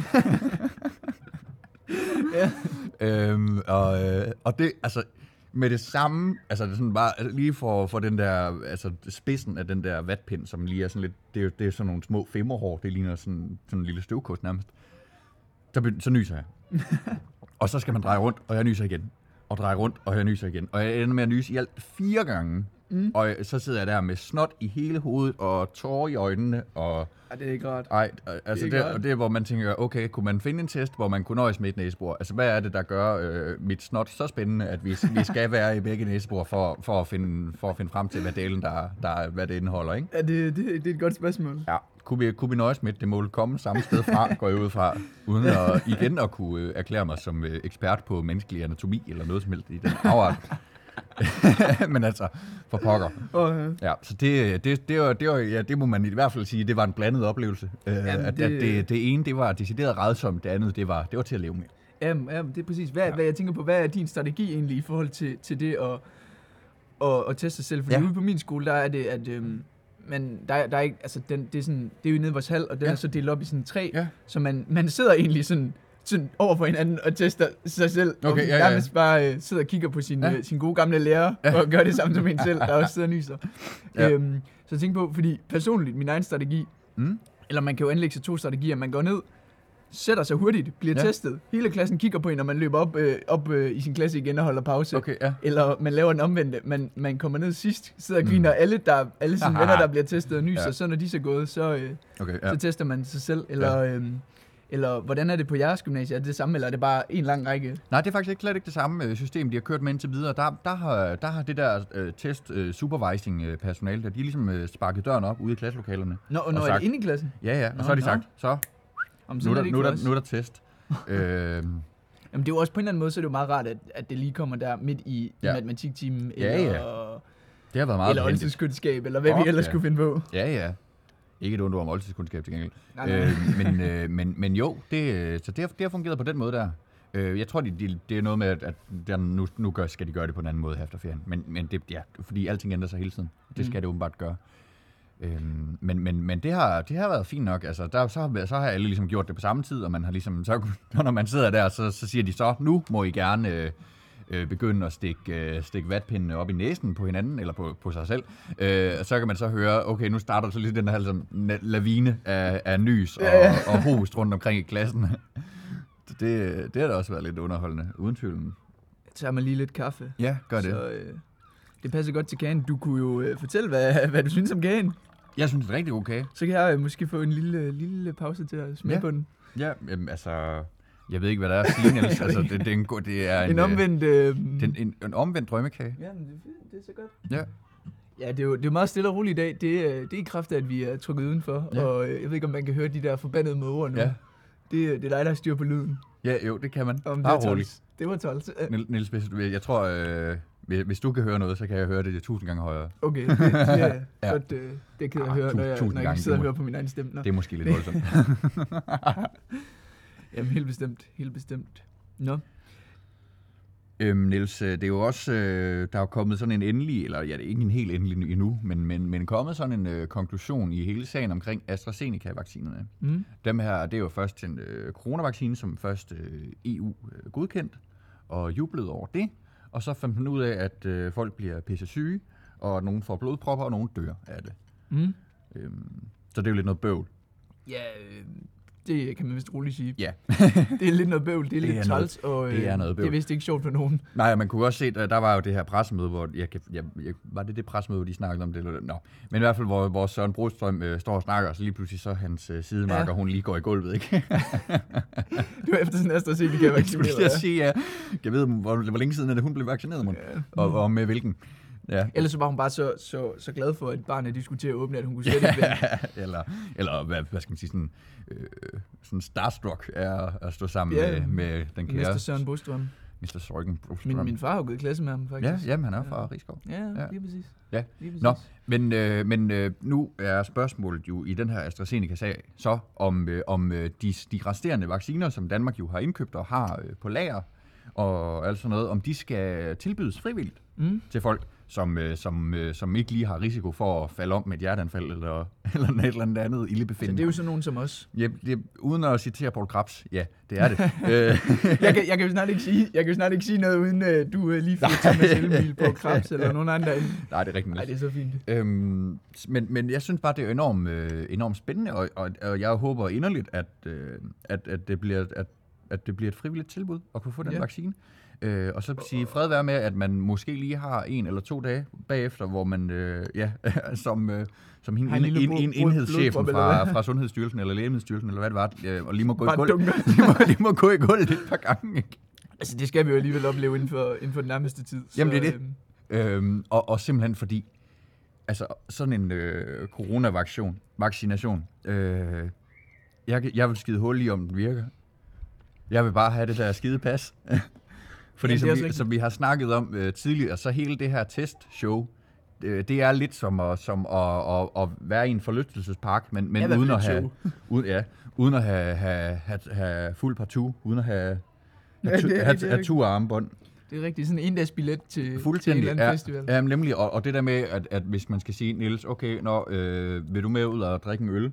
[SPEAKER 1] Ja.
[SPEAKER 2] øhm, og, øh, og det, altså, med det samme, altså det er sådan bare, altså, lige for, for den der, altså spidsen af den der vatpind, som lige er sådan lidt, det er, det er sådan nogle små femmerhår, det ligner sådan, sådan en lille støvkost nærmest. Så, så nyser jeg. Og så skal man dreje rundt, og jeg nyser igen. Og dreje rundt, og jeg nyser igen. Og jeg ender med at nyse i alt fire gange. Mm. Og så sidder jeg der med snot i hele hovedet, og tårer i øjnene, og...
[SPEAKER 1] Ja, det er ikke rart.
[SPEAKER 2] Ej, altså det, er det, det er, hvor man tænker, okay, kunne man finde en test, hvor man kunne nøjes med et næsebor? Altså, hvad er det, der gør øh, mit snot så spændende, at vi, vi skal være i begge næsebor, for, for, at finde, for at finde frem til, hvad delen, der, der, hvad det indeholder, ikke?
[SPEAKER 1] Ja, det, det, det er et godt spørgsmål.
[SPEAKER 2] Ja, kunne vi, kunne vi nøjes med, det må komme samme sted fra, går jeg ud fra, uden at, igen at kunne erklære mig som ekspert på menneskelig anatomi, eller noget som helst i den afart. Men altså, for pokker. Oh, ja. Ja, så det, det, det, var, det, var, ja, det må man i hvert fald sige, det var en blandet oplevelse. Jamen, at, det, at det, det ene, det var decideret rædsomt, det andet, det var, det var til at leve med.
[SPEAKER 1] Jamen, jamen det er præcis. Hvad, ja. hvad jeg tænker på, hvad er din strategi egentlig i forhold til, til det at, at, at teste sig selv? Fordi ja. ude på min skole, der er det, at øhm, men der, der er ikke, altså den, det, er sådan, det er jo nede i vores hal, og den ja. er så delt op i sådan tre, ja. så man, man sidder egentlig sådan sådan over for hinanden og tester sig selv.
[SPEAKER 2] Okay,
[SPEAKER 1] og
[SPEAKER 2] ja,
[SPEAKER 1] nærmest
[SPEAKER 2] ja.
[SPEAKER 1] bare øh, sidder og kigger på sin,
[SPEAKER 2] ja.
[SPEAKER 1] øh, sin gode gamle lærer, ja. og gør det samme som en selv, der også sidder og nyser. Ja. Øhm, så tænk på, fordi personligt, min egen strategi, mm. eller man kan jo anlægge sig to strategier, man går ned, sætter sig hurtigt, bliver ja. testet. Hele klassen kigger på en, og man løber op, øh, op øh, i sin klasse igen og holder pause.
[SPEAKER 2] Okay, ja.
[SPEAKER 1] Eller man laver en omvendte. Man, man kommer ned sidst, sidder og griner mm. alle, der, alle sine venner, der bliver testet og nyser. Ja. Så når de så er gået, så, øh, okay, ja. så tester man sig selv. Eller, ja. øh, eller hvordan er det på jeres gymnasie? Er det det samme, eller er det bare en lang række?
[SPEAKER 2] Nej, det er faktisk ikke slet ikke det samme system, de har kørt med indtil videre. Der, der, har, der har det der øh, test øh, supervising øh, personale, der de har ligesom øh, sparket døren op ude i klasselokalerne.
[SPEAKER 1] Nå, og, og nu er det inde i klassen?
[SPEAKER 2] Ja, ja, og nå, så har de sagt, så...
[SPEAKER 1] Om,
[SPEAKER 2] nu, er der, nu, er der, nu er der test. øhm.
[SPEAKER 1] Jamen det er jo også på en eller anden måde, så er det jo meget rart, at, at det lige kommer der midt i ja. matematiktimen,
[SPEAKER 2] ja,
[SPEAKER 1] eller,
[SPEAKER 2] ja. Det har været meget
[SPEAKER 1] eller oldtidskundskab, eller hvad oh, vi ellers
[SPEAKER 2] ja.
[SPEAKER 1] skulle finde på.
[SPEAKER 2] Ja, ja. Ikke et ondt ord om oldtidskundskab til gengæld. Nej, nej. Øh, men, øh, men, men jo, det, så det har, det har fungeret på den måde der. Øh, jeg tror, det, det, det er noget med, at, at der nu, nu gør, skal de gøre det på en anden måde efter ferien. Men, men det, ja, fordi alting ændrer sig hele tiden. Det skal mm. det åbenbart gøre. Øhm, men men, men det, har, det har været fint nok. Altså, der, så, har, så har alle ligesom gjort det på samme tid, og man har ligesom, så, når man sidder der, så, så siger de så, nu må I gerne øh, øh, begynde at stikke, øh, stikke vatpindene op i næsen på hinanden, eller på, på sig selv. Øh, så kan man så høre, okay, nu starter så lidt den her liksom, lavine af, af nys og, og host rundt omkring i klassen. Det, det har da også været lidt underholdende, uden tvivl.
[SPEAKER 1] Jeg tager mig lige lidt kaffe.
[SPEAKER 2] Ja, gør det.
[SPEAKER 1] Så, øh, det passer godt til kagen. Du kunne jo øh, fortælle, hvad, hvad du synes om kagen.
[SPEAKER 2] Jeg synes, det er rigtig god kage.
[SPEAKER 1] Så kan jeg øh, måske få en lille, lille pause til at smage
[SPEAKER 2] ja.
[SPEAKER 1] på den.
[SPEAKER 2] Ja, jamen, altså... Jeg ved ikke, hvad der er at sige, Niels. Altså, det, det, er en, det er en...
[SPEAKER 1] En omvendt... Øh,
[SPEAKER 2] den, en, en omvendt drømmekage.
[SPEAKER 1] Ja, men det, det er så godt.
[SPEAKER 2] Ja.
[SPEAKER 1] Ja, det er jo det er meget stille og roligt i dag. Det er, det er i kraft af, at vi er trykket udenfor. Ja. Og øh, jeg ved ikke, om man kan høre de der forbandede måger nu. Ja. Det, det er dig, der styrer på lyden.
[SPEAKER 2] Ja, jo, det kan man.
[SPEAKER 1] Om det var roligt. Det var tolv.
[SPEAKER 2] Niels, jeg tror, øh, hvis du kan høre noget, så kan jeg høre det tusind gange højere.
[SPEAKER 1] Okay, det, det er ja. godt. Øh, det kan jeg ah, høre, når jeg, når jeg sidder og hører på min egen stemme. Nå.
[SPEAKER 2] Det er måske lidt voldsomt.
[SPEAKER 1] Jamen, helt bestemt. Helt bestemt. Nå.
[SPEAKER 2] Øhm, Niels, det er jo også, øh, der er jo kommet sådan en endelig, eller ja, det er ikke en helt endelig endnu, men, men, men kommet sådan en øh, konklusion i hele sagen omkring AstraZeneca-vaccinerne. Mm. Dem her, det er jo først en øh, coronavaccine, som først øh, E U øh, godkendt, og jublede over det, og så fandt man ud af, at øh, folk bliver pisse syge, og nogen får blodpropper, og nogen dør af det. Mm. Øhm, så det er jo lidt noget bøvl.
[SPEAKER 1] Ja, øh... Det kan man vist roligt sige.
[SPEAKER 2] Ja.
[SPEAKER 1] Det er lidt noget bøvl, det er det lidt er træls, og
[SPEAKER 2] det er, noget
[SPEAKER 1] det er vist ikke sjovt for nogen.
[SPEAKER 2] Nej, man kunne også se, der var jo det her pressemøde, hvor, jeg, jeg, jeg, var det det pressemøde, hvor de snakkede om det? Eller, no. Men i hvert fald, hvor, hvor Søren Brostrøm øh, står og snakker, og så lige pludselig så hans øh, sidemarker, ja. Hun lige går i gulvet, ikke?
[SPEAKER 1] Det var efter sådan en AstraZeneca-vaccineret.
[SPEAKER 2] Jeg sige, ja. Jeg ved, hvor, hvor længe siden er det, hun blev vaccineret, ja. og, og med hvilken. Ja.
[SPEAKER 1] Ellers så var hun bare så, så, så glad for, at barnet de skulle til at åbne, at hun kunne slet ikke vente.
[SPEAKER 2] eller, eller hvad, hvad skal man sige, sådan, øh, sådan starstruck er at stå sammen ja, med, med den kære...
[SPEAKER 1] mister Søren Brostrøm.
[SPEAKER 2] mister Søren Brostrøm.
[SPEAKER 1] Min, min far har jo gået i klasse med ham, faktisk.
[SPEAKER 2] Ja, jamen, han er fra ja. Rigskov.
[SPEAKER 1] Ja, ja, lige præcis.
[SPEAKER 2] Ja.
[SPEAKER 1] Lige præcis.
[SPEAKER 2] Nå, men, øh, men øh, nu er spørgsmålet jo i den her AstraZeneca-sag så, om, øh, om øh, de, de resterende vacciner, som Danmark jo har indkøbt og har øh, på lager, og alt sådan noget, om de skal tilbydes frivilligt mm. til folk, som, øh, som, øh, som ikke lige har risiko for at falde om med et hjerteanfald eller, eller et eller andet andet ildebefindende.
[SPEAKER 1] Så det er jo sådan nogen som os.
[SPEAKER 2] Ja, det, uden at citere Poul Krebs, ja, det er det.
[SPEAKER 1] jeg, kan, jeg, kan jo snart ikke sige, jeg kan jo snart ikke sige noget, uden uh, du uh, lige får Thomas Helmil på Krebs eller nogen anden derinde.
[SPEAKER 2] Nej, det er rigtigt.
[SPEAKER 1] Nej, det er så fint.
[SPEAKER 2] Øhm, men, men jeg synes bare, det er enormt, øh, enormt spændende, og, og, og jeg håber inderligt, at, øh, at, at, det bliver, at, at det bliver et frivilligt tilbud at kunne få den ja. vaccine. Øh, og så sige fred være med, at man måske lige har en eller to dage bagefter, hvor man, øh, ja, som, øh, som hende, en, en, en enhedschefen fra, fra Sundhedsstyrelsen eller Lægemiddelstyrelsen, eller hvad det var, øh, og lige må gå i gulv. lige, må, lige må gå i gulv et par gange, ikke?
[SPEAKER 1] Altså, det skal vi jo alligevel opleve inden for, inden for den nærmeste tid. Så,
[SPEAKER 2] Jamen, det er det. Øhm, og, og simpelthen fordi, altså, sådan en øh, coronavaccination, vaccination, øh, jeg, jeg vil skide hul i, om den virker. Jeg vil bare have det der skide pas. Fordi ja, som, vi, som vi har snakket om øh, tidligere, så hele det her testshow, øh, det er lidt som at, som at, at, at være i en forlystelsespark, men, men uden, at have, uden, ja, uden at have, have, have, have fuld partout, uden at have, have, ja, have, have, have tur-armbånd.
[SPEAKER 1] Det er rigtigt, sådan en endags billet til,
[SPEAKER 2] til
[SPEAKER 1] en eller anden
[SPEAKER 2] ja,
[SPEAKER 1] festival.
[SPEAKER 2] Ja, nemlig, og, og det der med, at, at hvis man skal sige, Niels, okay, når, øh, vil du med ud og drikke en øl,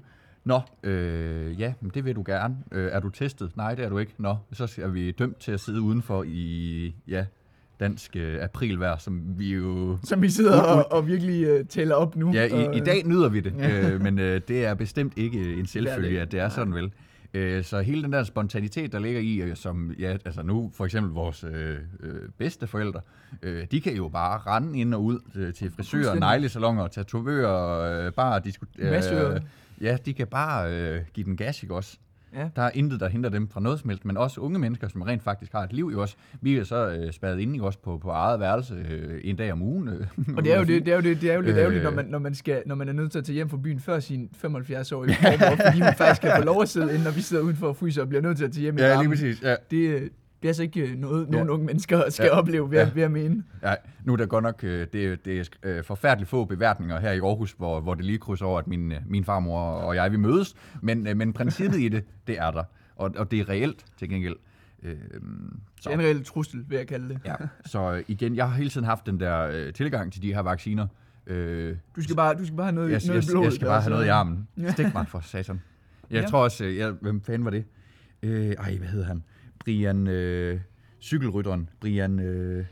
[SPEAKER 2] Nå, øh, ja, men det vil du gerne. Øh, er du testet? Nej, det er du ikke. Nå, så er vi dømt til at sidde udenfor i, ja, dansk øh, aprilvejr, som vi jo...
[SPEAKER 1] Som vi sidder og, og virkelig øh, tæller op nu.
[SPEAKER 2] Ja, i,
[SPEAKER 1] og,
[SPEAKER 2] i dag nyder vi det, øh, men øh, det er bestemt ikke en selvfølge, at det er sådan vel. Øh, så hele den der spontanitet, der ligger i, øh, som, ja, altså nu for eksempel vores øh, øh, bedsteforældre, øh, de kan jo bare rende ind og ud øh, til frisører, neglesalonger, tatovører, øh, bare diskutere... Øh, ja, de kan bare øh, give den gas, ikke også? Ja. Der er intet, der hindrer dem fra noget som helst, men også unge mennesker, som rent faktisk har et liv, jo også. Vi er så øh, spadet inde, ikke også, på, på eget værelse øh, en dag om ugen. Øh,
[SPEAKER 1] og det er jo det, det er jo det, det er jo lidt øh, ærgerligt, når man når man skal når man er nødt til at tage hjem fra byen før sin femoghalvfjerds-årige mormor, fordi hun faktisk kan få lov at sidde inde, når vi sidder udenfor og fryser og bliver nødt til at tage hjem i
[SPEAKER 2] varmen. Ja, lige præcis. Ja.
[SPEAKER 1] Det, det er altså ikke noget, nogen ja. unge mennesker skal ja. opleve, ved, ja. ved at mene.
[SPEAKER 2] Ja, nu er der godt nok det, det er forfærdeligt få beværtninger her i Aarhus, hvor, hvor det lige krydser over, at min, min farmor og jeg, vi mødes. Men, men princippet i det, det er der. Og, og det er reelt til gengæld. Øhm,
[SPEAKER 1] så. Det er en reel trussel, vil jeg kalde det.
[SPEAKER 2] Ja. Så igen, jeg har hele tiden haft den der øh, tilgang til de her vacciner. Øh,
[SPEAKER 1] du, skal bare, du skal bare have noget,
[SPEAKER 2] jeg,
[SPEAKER 1] noget
[SPEAKER 2] jeg,
[SPEAKER 1] i blodet.
[SPEAKER 2] Jeg skal bare have noget i armen. Stik mig for satan. Jeg ja. tror også, jeg, hvem fanden var det? Øh, ej, hvad hedder han? Brian, øh, cykelrytteren. Brian... Øh...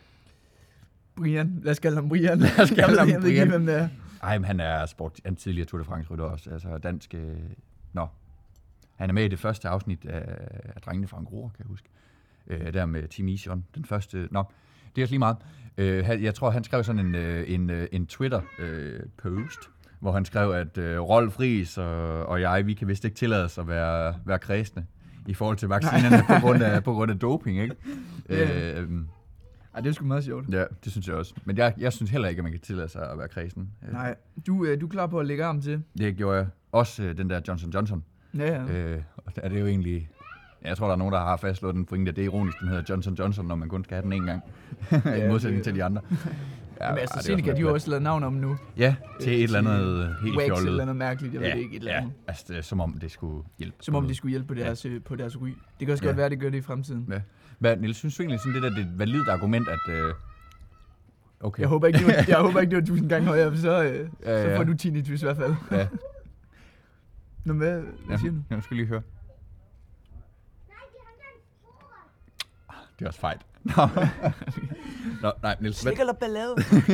[SPEAKER 1] Brian, lad os kalde ham Brian. Lad
[SPEAKER 2] os kalde ham
[SPEAKER 1] Brian. Jeg ved ikke, hvem det er.
[SPEAKER 2] Ej, men han er sport, han tidligere Tour de France-rytter også. Altså dansk... Øh... Nå. Han er med i det første afsnit af, af Drengene fra Angora, kan jeg huske. Øh, der med Tim Ision. Den første... Nå, det er også lige meget. Øh, jeg tror, han skrev sådan en, en, en Twitter-post, øh, hvor han skrev, at øh, Rolf Friis og, og jeg, vi kan vist ikke tillade os at være, være kredsende i forhold til vaccinerne på grund af, på grund af doping, ikke?
[SPEAKER 1] Yeah. Øh, Ej, det er sgu meget sjovt.
[SPEAKER 2] Ja, det synes jeg også. Men jeg, jeg synes heller ikke, at man kan tillade sig at være kredsen.
[SPEAKER 1] Nej, du, øh, du er klar på at lægge arm til?
[SPEAKER 2] Det gjorde jeg. Også øh, den der Johnson Johnson.
[SPEAKER 1] Ja, ja.
[SPEAKER 2] Øh, og er det jo egentlig... Jeg tror, der er nogen, der har fastslået den pointe, at det er ironisk, den hedder Johnson Johnson, når man kun skal have den en gang. I modsætning det, til de andre.
[SPEAKER 1] Ja, men AstraZeneca, de har jo også lavet navn om nu.
[SPEAKER 2] Ja, til et eller andet helt
[SPEAKER 1] Wax,
[SPEAKER 2] fjollet.
[SPEAKER 1] et eller andet mærkeligt, jeg ja, ved det ikke. Et eller andet.
[SPEAKER 2] Ja, altså det er, som om det skulle hjælpe.
[SPEAKER 1] Som om det skulle hjælpe på deres, ja. på deres ry. Det kan også ja. godt være, at det gør det i fremtiden.
[SPEAKER 2] Ja. Hvad, Niels, synes du egentlig, sådan det der det er et validt argument, at... Øh, okay.
[SPEAKER 1] Jeg håber ikke, det var, jeg håber ikke, det var tusind gange højere, så, øh,
[SPEAKER 2] ja, ja.
[SPEAKER 1] så får du tinnitus i hvert fald. Ja. Nå, hvad, hvad
[SPEAKER 2] ja,
[SPEAKER 1] siger du?
[SPEAKER 2] Jeg skal lige høre. Det er også fejl. Nå. Nå, nej, Niels.
[SPEAKER 1] Slik eller ballade?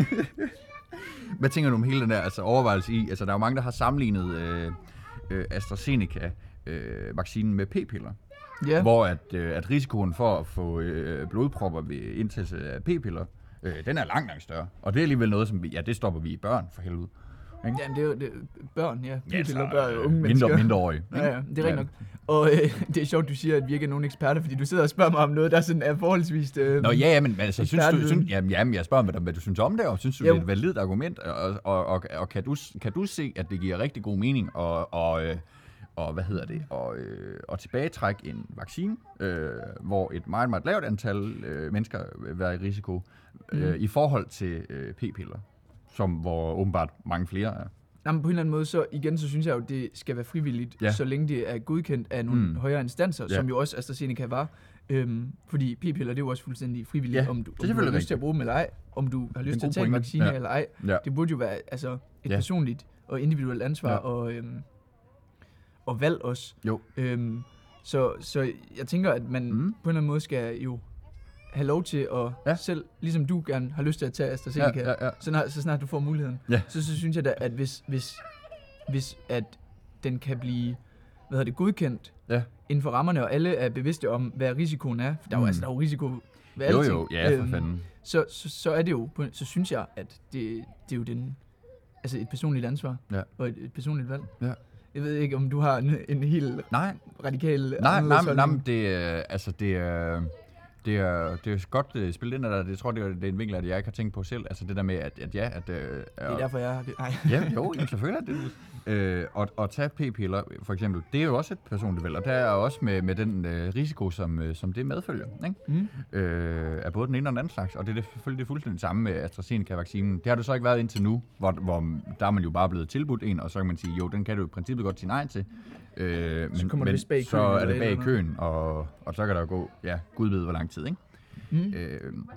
[SPEAKER 2] Hvad tænker du om hele den der altså, overvejelse i? Altså, der er jo mange, der har sammenlignet øh, øh, AstraZeneca-vaccinen øh, med p-piller. Yeah. Hvor at, øh, at risikoen for at få øh, blodpropper ved indtagelse af p-piller, øh, den er langt, langt større. Og det er alligevel noget, som vi, ja, det stopper vi i børn for helvede.
[SPEAKER 1] Ikke? Jamen, det er jo det, børn, ja. P-piller,
[SPEAKER 2] ja,
[SPEAKER 1] børn, unge
[SPEAKER 2] mindre,
[SPEAKER 1] mennesker.
[SPEAKER 2] Mindreårige.
[SPEAKER 1] Ja, ja, det er rigtigt ja. nok. Og øh, det er sjovt, du siger, at vi ikke er nogen eksperter, fordi du sidder og spørger mig om noget, der sådan er forholdsvis øh,
[SPEAKER 2] Nå ja, ja, men altså, synes du, synes, jamen, jamen, jeg spørger mig, hvad du synes om det, og synes du, jo. det er et validt argument, og, og, og, og kan, du, kan du se, at det giver rigtig god mening, og, og, øh, og hvad hedder det, og, øh, og tilbagetrække en vaccine, øh, hvor et meget, meget lavt antal øh, mennesker vil være i risiko, øh, mm. i forhold til øh, p-piller, som hvor åbenbart mange flere er.
[SPEAKER 1] Jamen, på en eller anden måde, så igen, så synes jeg jo, at det skal være frivilligt, ja. så længe det er godkendt af nogle mm. højere instanser, ja. som jo også AstraZeneca var. Øhm, fordi p-piller, det er jo også fuldstændig frivilligt,
[SPEAKER 2] ja,
[SPEAKER 1] om du, om du har lyst til at bruge dem eller ej, om du har lyst til at tage en vaccine ja. eller ej. Ja. Det burde jo være altså, et ja. personligt og individuelt ansvar ja. og, øhm, og valg også.
[SPEAKER 2] Jo.
[SPEAKER 1] Øhm, så, så jeg tænker, at man mm. på en eller anden måde skal jo have lov til at ja. selv, ligesom du gerne har lyst til at tage AstraZeneca, ja, ja, ja. Så, snart, så snart du får muligheden, ja. så, så synes jeg da, at hvis, hvis, hvis at den kan blive hvad hedder det, godkendt ja. inden for rammerne, og alle er bevidste om, hvad risikoen er, for der er jo, mm. altså, der er jo risiko ved alting.
[SPEAKER 2] Jo, jo, ja, for fanden.
[SPEAKER 1] Så, så, så er det jo, så synes jeg, at det, det er jo den, altså et personligt ansvar, ja. og et, et personligt valg. Ja. Jeg ved ikke, om du har en, en helt
[SPEAKER 2] nej.
[SPEAKER 1] radikal...
[SPEAKER 2] Nej, nej, nej, nej, det er, altså det er... Det er, det er godt uh, spillet ind af dig. Jeg tror, det er, det er en vinkel, at jeg ikke har tænkt på selv. Altså det der med, at, at ja... At, uh,
[SPEAKER 1] det er derfor, jeg har det. Nej.
[SPEAKER 2] Ja, jo, selvfølgelig er det. Øh, og, og tage p-piller, for eksempel, det er jo også et personligt valg. Og der er også med, med den uh, risiko, som, uh, som det medfølger. Ikke? Mm. Øh, af både den ene og den anden slags. Og det er selvfølgelig det fuldstændig samme med AstraZeneca-vaccinen. Det har du så ikke været indtil nu, hvor, hvor der er man jo bare blevet tilbudt en, og så kan man sige, jo, den kan du i princippet godt sige nej til. Øh, men,
[SPEAKER 1] så, men,
[SPEAKER 2] bag så er det bag i køen, og, og så kan der gå, ja, gud ved hvor lang tid, ikke? Mm. Øh,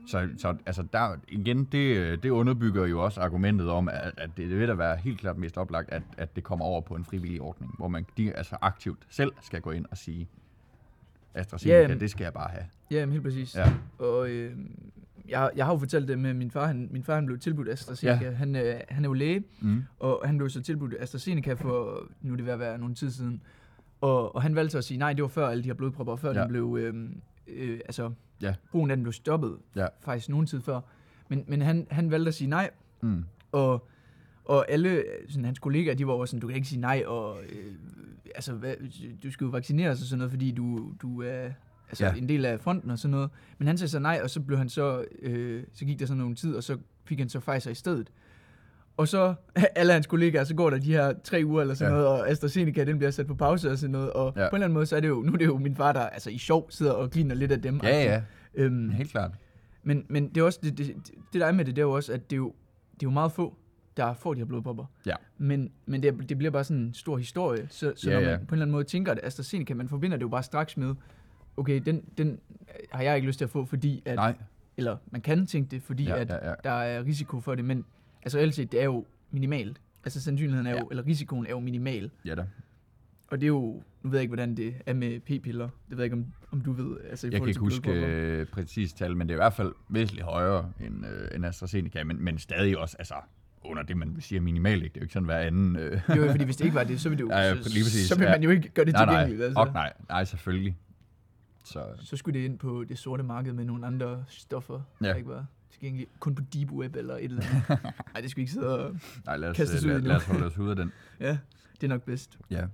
[SPEAKER 2] Så, så altså der, igen, det, det underbygger jo også argumentet om, at, at det, det vil da være helt klart mest oplagt, at, at det kommer over på en frivillig ordning, hvor man de, altså aktivt selv skal gå ind og sige, AstraZeneca, yeah, det skal jeg bare have.
[SPEAKER 1] Ja, yeah, helt præcis. Ja. Og øh, jeg, jeg har jo fortalt det med min far, han, min far han blev tilbudt AstraZeneca, ja. han, øh, han er jo læge, mm. og han blev så tilbudt AstraZeneca for, nu er det ved at være nogle tid siden, og, og han valgte så at sige, nej, det var før alle de her blodpropper, før ja. den blev, øh, øh, altså, ja. brugen af den blev stoppet, ja. faktisk nogen tid før, men, men han, han valgte at sige nej, mm. og, og alle sådan, hans kollegaer, de var også sådan, du kan ikke sige nej, og øh, altså, hvad, du skal jo vaccineres og sådan noget, fordi du, du er altså, ja. en del af fronten og sådan noget, men han sagde så nej, og så blev han så, øh, så gik der sådan nogle tid, og så fik han så Pfizer i stedet. Og så, alle hans kollegaer, så går der de her tre uger eller sådan ja. noget, og AstraZeneca, den bliver sat på pause og sådan noget, og ja. på en eller anden måde, så er det jo, nu er det jo min far, der altså i sjov sidder og griner lidt af dem.
[SPEAKER 2] Ja, ja, øhm, helt klart.
[SPEAKER 1] Men, men det er også, det, det, det der er med det, det er jo også, at det er jo, det er jo meget få, der får de her blodpropper. Ja. Men, men det, det bliver bare sådan en stor historie, så, så ja, når man ja. på en eller anden måde tænker, at AstraZeneca, man forbinder det jo bare straks med, okay, den, den har jeg ikke lyst til at få, fordi at, Nej. eller man kan tænke det, fordi ja, at ja, ja. der er risiko for det, men altså ellers det er jo minimalt. Altså sandsynligheden er jo, ja. eller risikoen er jo minimal. Ja da. Og det er jo, nu ved jeg ikke, hvordan det er med p-piller. Det ved jeg ikke, om, om du ved. Altså,
[SPEAKER 2] jeg kan ikke huske øh, præcis tal, men det er i hvert fald væsentligt højere end, øh, end AstraZeneca, men, men stadig også, altså under det, man siger minimalt, ikke? Det er jo ikke sådan hver anden... Øh.
[SPEAKER 1] Jo, fordi hvis det ikke var det, så ville, det jo,
[SPEAKER 2] ja,
[SPEAKER 1] så, så ville man jo ikke gøre det tilgængeligt.
[SPEAKER 2] Nej,
[SPEAKER 1] altså.
[SPEAKER 2] Og nej, nej, selvfølgelig.
[SPEAKER 1] Så. så skulle det ind på det sorte marked med nogle andre stoffer, ja. der ikke var tilgængelige. Kun på Deep Web eller et eller andet. Nej, det skal vi ikke sidde og nej, lad os, kaste os ud
[SPEAKER 2] lad, lad os holde os ud af den.
[SPEAKER 1] Ja, det er nok bedst.
[SPEAKER 2] Ja.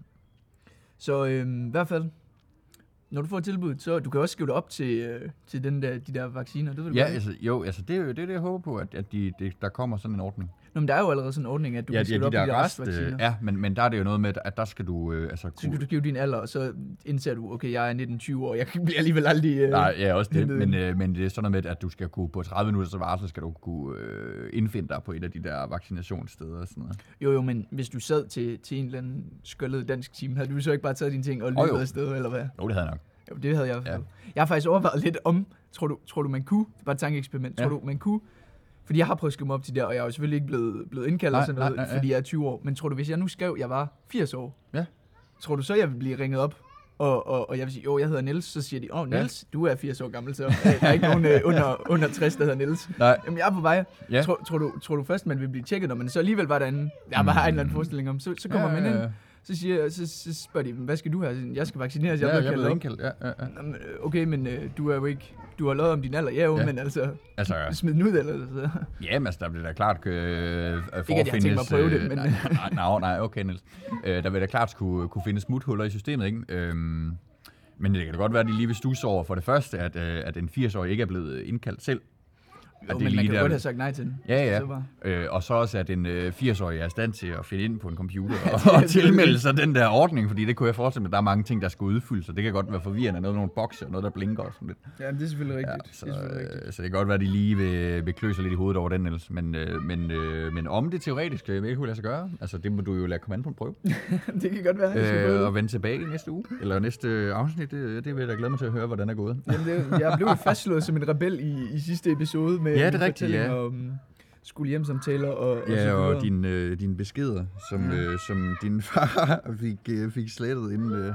[SPEAKER 1] Så øhm, i hvert fald, når du får tilbud, så du kan også skrive dig op til, øh, til den der, de der vacciner. Det vil
[SPEAKER 2] ja, altså, jo, altså det er jo det, er det, jeg håber på, at, at de, det, der kommer sådan en ordning.
[SPEAKER 1] Nå, men der er jo allerede sådan en ordning, at du ja, kan skrive ja, de op til de restvacciner.
[SPEAKER 2] Ja, men, men der er det jo noget med, at der skal du... Øh, altså,
[SPEAKER 1] så skal du skrive din alder, og så indser du, okay, jeg er nitten tyve år, jeg bliver alligevel aldrig... Øh,
[SPEAKER 2] Nej, ja, også det, men, øh, men det er sådan noget med, at du skal kunne, på tredive minutter så varsel, skal du kunne øh, indfinde dig på et af de der vaccinationssteder og sådan noget.
[SPEAKER 1] Jo, jo, men hvis du sad til, til en eller anden skøllet dansk time, havde du så ikke bare taget dine ting og løbet oh, afsted, eller hvad?
[SPEAKER 2] Jo, det havde jeg nok.
[SPEAKER 1] Jo, det havde jeg i hvert fald. Ja. Jeg har faktisk overvejet lidt om, tror du, tror du man kunne, det var et tankeeksperiment, tror ja. du man kunne, fordi jeg har prøvet at skrive mig op til der, og jeg er jo selvfølgelig ikke blevet, blevet indkaldt nej, og sådan noget, nej, nej, fordi jeg er tyve år, men tror du, hvis jeg nu skrev, jeg var firs år, ja. tror du så, jeg vil blive ringet op, og, og, og jeg vil sige, jo, jeg hedder Niels, så siger de, åh, Niels, ja. du er firs år gammel, så der er ikke nogen uh, under, under tres, der hedder Niels. Nej. Jamen, jeg er på vej. Ja. Tror, tror, du, tror du først, man vil blive tjekket, når man så alligevel var derinde, jeg bare har en eller anden forestilling om, så, så kommer ja, man ind, ja, ja. Så, siger, så, så spørger de, hvad skal du have? Jeg skal vaccineres, jeg
[SPEAKER 2] ja,
[SPEAKER 1] er
[SPEAKER 2] blevet indkaldt. Ja, ja, ja.
[SPEAKER 1] Okay, men øh, du er jo ikke, du har løjet om din alder, ja jo, ja. men altså, altså ja. smid den ud eller så.
[SPEAKER 2] Jamen altså, der bliver da klart øh,
[SPEAKER 1] forfindes... Ikke at jeg har tænkt mig at prøve det, men...
[SPEAKER 2] Nej, nej, nej, okay Niels. Øh, der vil da klart kunne, kunne findes smuthuller i systemet, ikke? Øhm, men det kan da godt være, at de lige vil stusse over for det første, at, øh, at en firs-årig ikke er blevet indkaldt selv.
[SPEAKER 1] Jo, men man kan der... godt have sagt nej til den.
[SPEAKER 2] Ja, ja. Øh, og så også, at en øh, firs-årig er i stand til at finde ind på en computer og, og tilmelde sig den der ordning, fordi det kunne jeg forestille mig, at der er mange ting, der skal udfyldes, så det kan godt være forvirrende, noget med nogle bokse og noget, der blinker og sådan lidt.
[SPEAKER 1] Ja, det er selvfølgelig rigtigt. Ja,
[SPEAKER 2] så,
[SPEAKER 1] det er selvfølgelig rigtigt.
[SPEAKER 2] Øh, så det kan godt være, at de lige vil, vil klø sig lidt i hovedet over den, Niels. Men, øh, men, øh, men om det teoretisk vil ikke kunne lade sig gøre, altså det må du jo lade komme an på en prøve.
[SPEAKER 1] Det kan godt være.
[SPEAKER 2] Øh, og vende tilbage næste uge, eller næste afsnit, det, det vil jeg da glæde mig til at høre, hvordan det er gået.
[SPEAKER 1] Jamen, det, jeg blev fastslået som en rebel i, i sidste episode med
[SPEAKER 2] ja, det er rigtigt, ja.
[SPEAKER 1] om skolehjemsamtaler og, og
[SPEAKER 2] ja, og, og dine øh, din beskeder, som, ja. øh, som din far fik, øh, fik slettet inden, øh,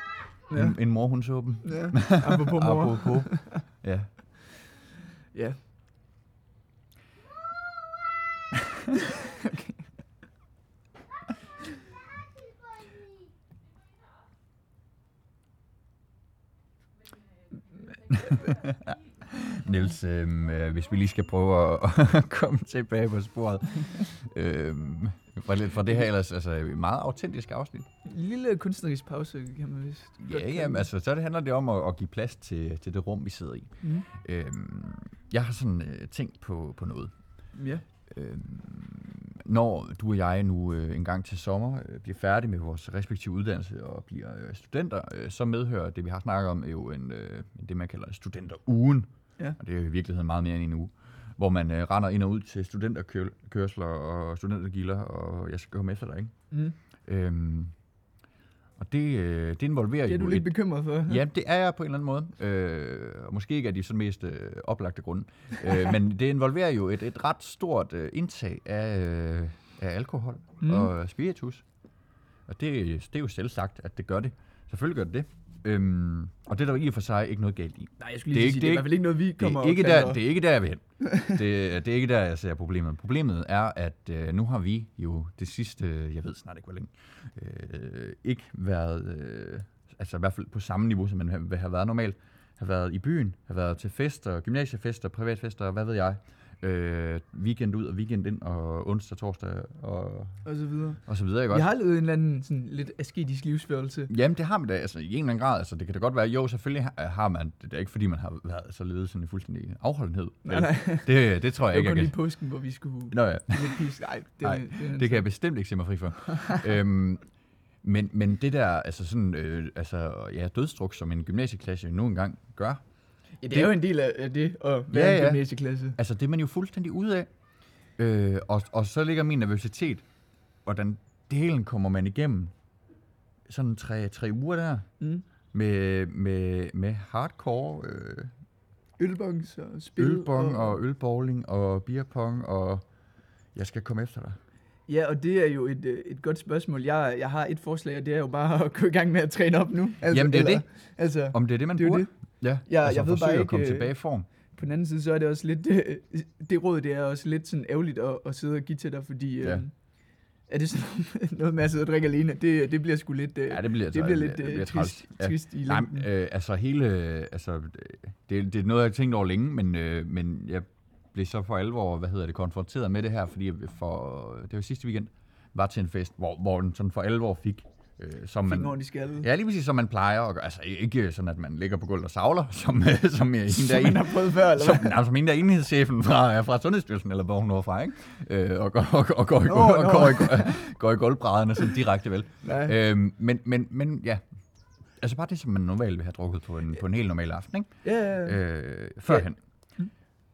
[SPEAKER 2] ja. en, en mor, hun så dem.
[SPEAKER 1] Ja, apropos mor.
[SPEAKER 2] Apropos. Ja.
[SPEAKER 1] Ja. Okay.
[SPEAKER 2] Niels, øh, hvis vi lige skal prøve at, at komme tilbage på sporet, øh, fra, fra det her ellers altså meget autentisk afsnit.
[SPEAKER 1] En lille kunstnerisk pause, kan man vist.
[SPEAKER 2] Ja, jamen, altså, så det handler det om at, at give plads til, til det rum, vi sidder i. Mm. Øh, jeg har sådan øh, tænkt på, på noget.
[SPEAKER 1] Ja.
[SPEAKER 2] Øh, når du og jeg nu øh, en gang til sommer øh, bliver færdige med vores respektive uddannelse og bliver øh, studenter, øh, så medhører det, vi har snakket om, er jo en, øh, det, man kalder studenterugen. Ja. Og det er jo i virkeligheden meget mere end en uge, hvor man øh, render ind og ud til studenterkørsler og studentergilder, og jeg skal komme efter dig, ikke? Mm. Øhm, Og det, øh, det involverer jo...
[SPEAKER 1] Det er du lidt
[SPEAKER 2] et,
[SPEAKER 1] bekymret for.
[SPEAKER 2] Ja, det er jeg på en eller anden måde. Øh, måske ikke af de sådan mest øh, oplagte grunde. øh, men det involverer jo et, et ret stort øh, indtag af, øh, af alkohol mm. og spiritus. Og det, det er jo selv sagt, at det gør det. Selvfølgelig gør det det. Øhm, og det er der i og for sig ikke noget galt i.
[SPEAKER 1] Nej, jeg skulle lige sige, det er i hvert fald ikke noget, vi kommer
[SPEAKER 2] det er ikke der, det er ikke der, jeg vil hen. det, det er ikke der, jeg ser problemet. Problemet er, at øh, nu har vi jo det sidste, jeg ved snart ikke hvor længe, øh, ikke været, øh, altså i hvert fald på samme niveau, som man vil have været normalt, har været i byen, har været til fester, gymnasiefester, privatfester, hvad ved jeg. Øh, weekend ud og weekend ind, og onsdag, torsdag og,
[SPEAKER 1] og så videre.
[SPEAKER 2] Og så videre, ikke
[SPEAKER 1] også? Vi har levet en eller anden sådan lidt asketisk livsførelse.
[SPEAKER 2] Jamen, det har man da, altså i en eller anden grad. Altså, det kan da godt være, jo, selvfølgelig har, har man, det er ikke fordi, man har været så levet sådan en fuldstændig afholdenhed.
[SPEAKER 1] Nej, nej.
[SPEAKER 2] Det, det tror jeg ikke,
[SPEAKER 1] jeg kan. Det var kun lige
[SPEAKER 2] kan...
[SPEAKER 1] påsken, hvor vi skulle...
[SPEAKER 2] Nå ja.
[SPEAKER 1] Pis. Nej, det,
[SPEAKER 2] nej,
[SPEAKER 1] det, det,
[SPEAKER 2] det kan jeg bestemt ikke se mig fri for. øhm, men, men det der, altså sådan, øh, altså, ja, dødstruk, som en gymnasieklasse nu engang gør,
[SPEAKER 1] ja, det er det, jo en del af det at være ja, en gymnasieklasse. Ja.
[SPEAKER 2] Altså, det er man jo fuldstændig ude af. Øh, og, og så ligger min nervøsitet, hvordan delen kommer man igennem sådan tre, tre uger der, mm. med, med, med hardcore... Øh,
[SPEAKER 1] ølbongs og spil.
[SPEAKER 2] Ølbong og, og ølbowling og beerpong, og jeg skal komme efter dig.
[SPEAKER 1] Ja, og det er jo et, et godt spørgsmål. Jeg, jeg har et forslag, og det er jo bare at gå i gang med at træne op nu.
[SPEAKER 2] Altså, Jamen, det er
[SPEAKER 1] eller,
[SPEAKER 2] det.
[SPEAKER 1] Altså,
[SPEAKER 2] Om det er det, man
[SPEAKER 1] det
[SPEAKER 2] bruger.
[SPEAKER 1] Det.
[SPEAKER 2] Ja,
[SPEAKER 1] ja
[SPEAKER 2] altså
[SPEAKER 1] jeg ved bare ikke,
[SPEAKER 2] at komme tilbage i form.
[SPEAKER 1] På den anden side, så er det også lidt, det, det råd, det er også lidt sådan ærgerligt at, at sidde og give til dig, fordi ja. øh, er det sådan noget med at sidde og drikke alene, det, det bliver sgu lidt,
[SPEAKER 2] ja, det bliver,
[SPEAKER 1] det bliver lidt
[SPEAKER 2] det bliver
[SPEAKER 1] trist, ja. trist i længden.
[SPEAKER 2] Nej, øh, altså hele, altså, det, det er noget, jeg har tænkt over længe, men, øh, men jeg blev så for alvor, hvad hedder det, konfronteret med det her, fordi for, det var sidste weekend, var til en fest, hvor, hvor den sådan for alvor fik, øh, som man...
[SPEAKER 1] Fik skalle.
[SPEAKER 2] Ja, lige præcis, som man plejer at gøre. Altså ikke sådan, at man ligger på gulvet og savler, som, som, en
[SPEAKER 1] som
[SPEAKER 2] der
[SPEAKER 1] man har prøvet før, eller
[SPEAKER 2] som, nej, som en der enhedschefen fra, fra Sundhedsstyrelsen, eller hvor hun når fra, ikke? Øh, og går, og, og, går, no, og, no. går, i, går i gulvbrædderne sådan direkte vel. Øhm, men, men, men ja, altså bare det, som man normalt vil have drukket på en, på en helt normal aften, ikke?
[SPEAKER 1] Ja, ja, ja.
[SPEAKER 2] Øh, førhen. Ja.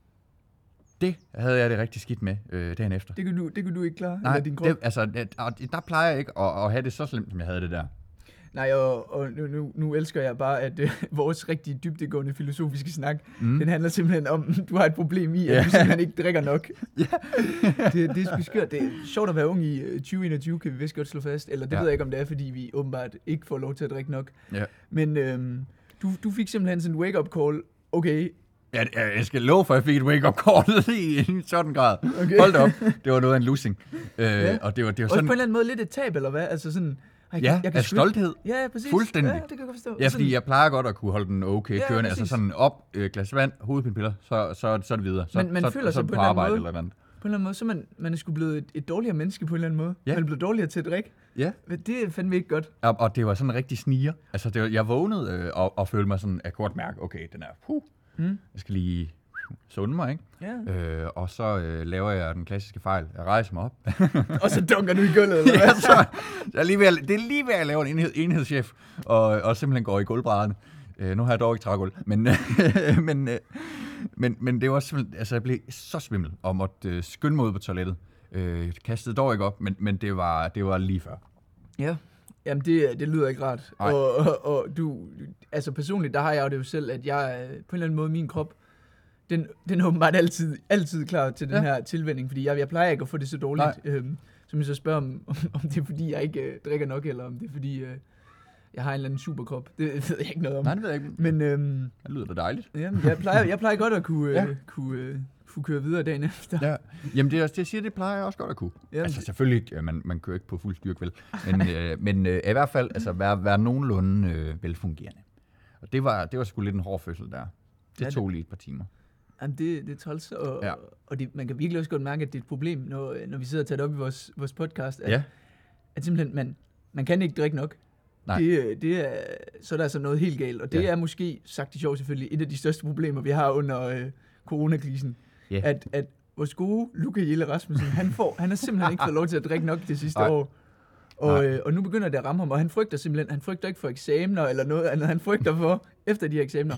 [SPEAKER 2] Det havde jeg det rigtig skidt med øh, dagen efter.
[SPEAKER 1] Det kunne du, det kunne du ikke klare?
[SPEAKER 2] Nej,
[SPEAKER 1] din
[SPEAKER 2] det, altså, det, der plejer jeg ikke at, at have det så slemt, som jeg havde det der.
[SPEAKER 1] Nej, og, og nu, nu, nu elsker jeg bare, at øh, vores rigtig dybdegående filosofiske snak, mm. den handler simpelthen om, du har et problem i, at yeah. du simpelthen ikke drikker nok. Yeah. det, det er sgu skørt. Det er sjovt at være ung i uh, tyve enogtyve, kan vi vist godt slå fast. Eller det ja. ved jeg ikke, om det er, fordi vi åbenbart ikke får lov til at drikke nok. Yeah. Men øhm, du, du fik simpelthen sådan en wake-up call. Okay.
[SPEAKER 2] Ja, jeg skal love for, at jeg fik et wake-up call i en sådan grad. Okay. Hold da op. Det var noget af en losing. Øh,
[SPEAKER 1] ja.
[SPEAKER 2] Og det var, det var
[SPEAKER 1] også
[SPEAKER 2] sådan...
[SPEAKER 1] på en eller anden måde lidt et tab, eller hvad? Altså sådan...
[SPEAKER 2] Jeg, ja, jeg af stolthed.
[SPEAKER 1] Ja, præcis.
[SPEAKER 2] Fuldstændig.
[SPEAKER 1] Ja, det kan jeg godt forstå.
[SPEAKER 2] Ja, fordi jeg plejer godt at kunne holde den okay ja, kørende.
[SPEAKER 1] Præcis.
[SPEAKER 2] Altså sådan op, øh, glas vand, hovedpinepiller, så, så, så er det videre. Så,
[SPEAKER 1] men man
[SPEAKER 2] så,
[SPEAKER 1] føler
[SPEAKER 2] så,
[SPEAKER 1] sig
[SPEAKER 2] så
[SPEAKER 1] på,
[SPEAKER 2] på
[SPEAKER 1] en
[SPEAKER 2] arbejde
[SPEAKER 1] eller
[SPEAKER 2] eller andet.
[SPEAKER 1] På en eller anden måde, så man, man er sgu blevet et, et dårligere menneske på en eller anden måde. Ja. Man er blevet dårligere til at drikke.
[SPEAKER 2] Ja.
[SPEAKER 1] Det er fandme ikke godt.
[SPEAKER 2] Og, og det var sådan en rigtig sniger. Altså, det var, jeg vågnede øh, og, og følte mig sådan, jeg kunne godt mærke, okay, den er, puh, hmm. jeg skal lige sunde mig, ikke?
[SPEAKER 1] Ja.
[SPEAKER 2] Øh, og så øh, laver jeg den klassiske fejl. Jeg rejser mig op.
[SPEAKER 1] Og så dunker du i gulvet, eller hvad?
[SPEAKER 2] Ja, så, jeg er lige ved at, det er lige ved at lave en enhed, enhedschef, og, og simpelthen går i gulvbrædderne. Øh, nu har jeg dog ikke trægulv, men, men, øh, men, men det var simpelthen, altså jeg blev så svimmel og måtte øh, skynde mig ud på toilettet. Øh, jeg kastede dog ikke op, men, men det, var, det var lige før.
[SPEAKER 1] Ja. Jamen, det, det lyder ikke rart. Og, og, og du, altså personligt, der har jeg jo det jo selv, at jeg på en eller anden måde, min krop, Den, den er åbenbart altid, altid klar til den ja. her tilvænning, fordi jeg, jeg plejer ikke at få det så dårligt. Øhm, så jeg så spørger, om, om, om det er fordi, jeg ikke øh, drikker nok, eller om det er fordi, øh, jeg har en eller anden superkrop. Det ved jeg ikke noget om.
[SPEAKER 2] Nej, det ved jeg ikke.
[SPEAKER 1] Men, øhm,
[SPEAKER 2] det lyder da dejligt.
[SPEAKER 1] Jamen, jeg, plejer, jeg plejer godt at kunne, ja. øh, kunne, øh, kunne køre videre dagen efter.
[SPEAKER 2] Ja. Jamen, det, det jeg siger, det plejer jeg også godt at kunne. Jamen, altså selvfølgelig, ja, man, man kører ikke på fuld styrke, vel. Men, øh, men øh, i hvert fald altså, være, være nogenlunde øh, velfungerende. Og det var, det var sgu lidt en hård fødsel der. Det ja, tog det. lige et par timer.
[SPEAKER 1] Jamen, det, det er træls, og,
[SPEAKER 2] ja.
[SPEAKER 1] og det, man kan virkelig også godt mærke, at det er et problem, når, når vi sidder og tager det op i vores, vores podcast, at,
[SPEAKER 2] ja.
[SPEAKER 1] at simpelthen, man, man kan ikke drikke nok. Det, det er, så er der altså noget helt galt, og det ja. er måske, sagt det sjovt selvfølgelig, et af de største problemer, vi har under øh, coronakrisen, ja. at, at vores gode Luca Jelle Rasmussen, han, får, han har simpelthen ikke fået lov til at drikke nok det sidste Ej. år. Og, øh, og nu begynder det at ramme ham, og han frygter simpelthen, han frygter ikke for eksamener eller noget andet, han frygter for efter de her eksamener.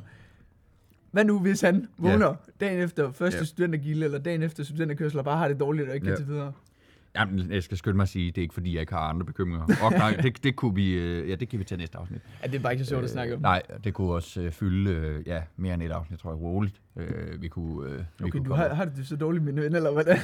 [SPEAKER 1] Hvad nu, hvis han vågner yeah. dagen efter første yeah. studentergilde, eller dagen efter studenterkørsel, og bare har det dårligt og ikke yeah. kan til videre?
[SPEAKER 2] Jamen, jeg skal skynde mig at sige, det er ikke fordi, jeg ikke har andre bekymringer. Og nej, det, det kunne vi, ja, det kan vi tage næste afsnit.
[SPEAKER 1] Ja, det er bare ikke så sjovt at snakke om.
[SPEAKER 2] Nej, det kunne også uh, fylde, uh, ja, mere end et afsnit, tror jeg, roligt. Uh, vi kunne, uh,
[SPEAKER 1] okay,
[SPEAKER 2] vi kunne
[SPEAKER 1] du har, har det så dårligt med ven, eller hvordan?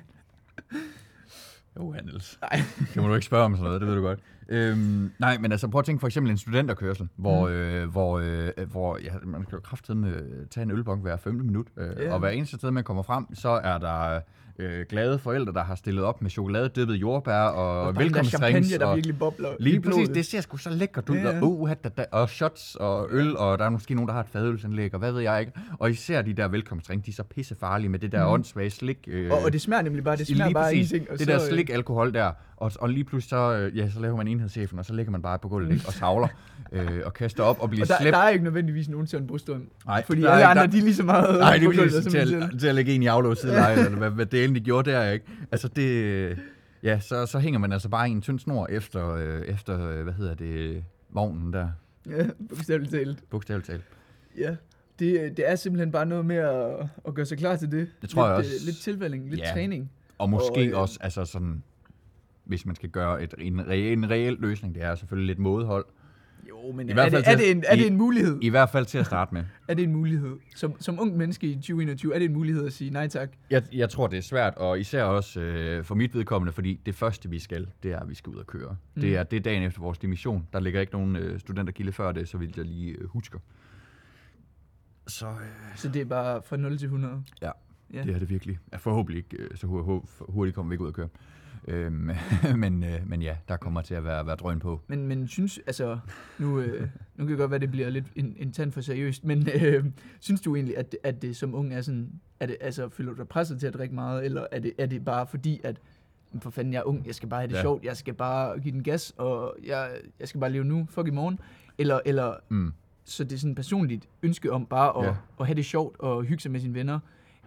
[SPEAKER 2] Jo, Handels. Nej. Det må du ikke spørge om sådan noget, det ved du godt. Øhm, nej, men altså prøv at tænke for eksempel en studenterkørsel, hvor, mm. øh, hvor, øh, hvor ja, man kan jo kraftedeme øh, tage en ølbong hver femte minut, øh, yeah. og hver eneste sted, man kommer frem, så er der øh, glade forældre, der har stillet op med chokoladedippet jordbær og, og velkomstdrinks.
[SPEAKER 1] Der der virkelig bobler.
[SPEAKER 2] Lige præcis, det ser sgu så lækkert ud, yeah. og, uh, da, da, og shots og øl, og der er måske nogen, der har et fadølsanlæg, og hvad ved jeg ikke. Og især de der velkomstdrinks, de er så pissefarlige med det der mm. åndssvage slik. Øh,
[SPEAKER 1] og, og det smager nemlig bare, det smager bare ingenting.
[SPEAKER 2] Det så, der slik alkohol der, og, og lige pludselig så, ja, så laver man enhedschefen, og så lægger man bare på gulvet, ikke? Og savler, øh, og kaster op og bliver
[SPEAKER 1] og der,
[SPEAKER 2] slæbt.
[SPEAKER 1] der er ikke nødvendigvis nogen sådan brudstrøm.
[SPEAKER 2] Nej.
[SPEAKER 1] Fordi
[SPEAKER 2] der,
[SPEAKER 1] alle
[SPEAKER 2] der,
[SPEAKER 1] andre,
[SPEAKER 2] der,
[SPEAKER 1] de er lige så meget
[SPEAKER 2] nej, det er
[SPEAKER 1] gulvet,
[SPEAKER 2] til, til, at, til at lægge en i aflåssideleje, eller hvad, hvad delen de gjorde der, ikke? Altså det, ja, så, så hænger man altså bare i en tynd snor efter, øh, efter øh, hvad hedder det, vognen der.
[SPEAKER 1] Ja, bogstaveligt talt.
[SPEAKER 2] Bogstaveligt talt.
[SPEAKER 1] Ja, det, det er simpelthen bare noget med at, at gøre sig klar til det.
[SPEAKER 2] Det tror
[SPEAKER 1] lidt,
[SPEAKER 2] jeg også.
[SPEAKER 1] Øh, lidt tilvælling, lidt
[SPEAKER 2] ja.
[SPEAKER 1] træning.
[SPEAKER 2] Og måske og, øh, også, altså sådan, hvis man skal gøre et, en, reel, en reel løsning, det er selvfølgelig lidt mådehold.
[SPEAKER 1] Jo, men er, det, er, det en, er
[SPEAKER 2] i,
[SPEAKER 1] det en mulighed?
[SPEAKER 2] I hvert fald til at starte med.
[SPEAKER 1] Er det en mulighed? Som, som ung menneske i tyve enogtyve, er det en mulighed at sige nej tak?
[SPEAKER 2] Jeg, jeg tror, det er svært, og især også øh, for mit vedkommende, fordi det første, vi skal, det er, at vi skal ud og køre. Mm. Det er det er dagen efter vores dimission. Der ligger ikke nogen øh, studentergilde før det, så vil jeg lige øh, husker. Så, øh,
[SPEAKER 1] så det er bare fra nul til hundrede?
[SPEAKER 2] Ja, ja. Det er det virkelig. Jeg forhåbentlig ikke, øh, så hurtigt, hurtigt kommer vi ikke ud og køre. Øhm, men, øh, men ja, der kommer til at være, være drøn på.
[SPEAKER 1] Men, men synes, altså, nu, øh, nu kan det godt være, det bliver lidt en, en tand for seriøst, men øh, synes du egentlig, at, at det som ung er sådan, er det, altså, føler du dig presset til at drikke meget, eller er det, er det bare fordi, at for fanden, jeg er ung, jeg skal bare have det ja. sjovt, jeg skal bare give den gas, og jeg, jeg skal bare leve nu, fuck i morgen, eller, eller mm. så det er sådan et personligt ønske om bare at, ja. at have det sjovt og hygge sig med sine venner,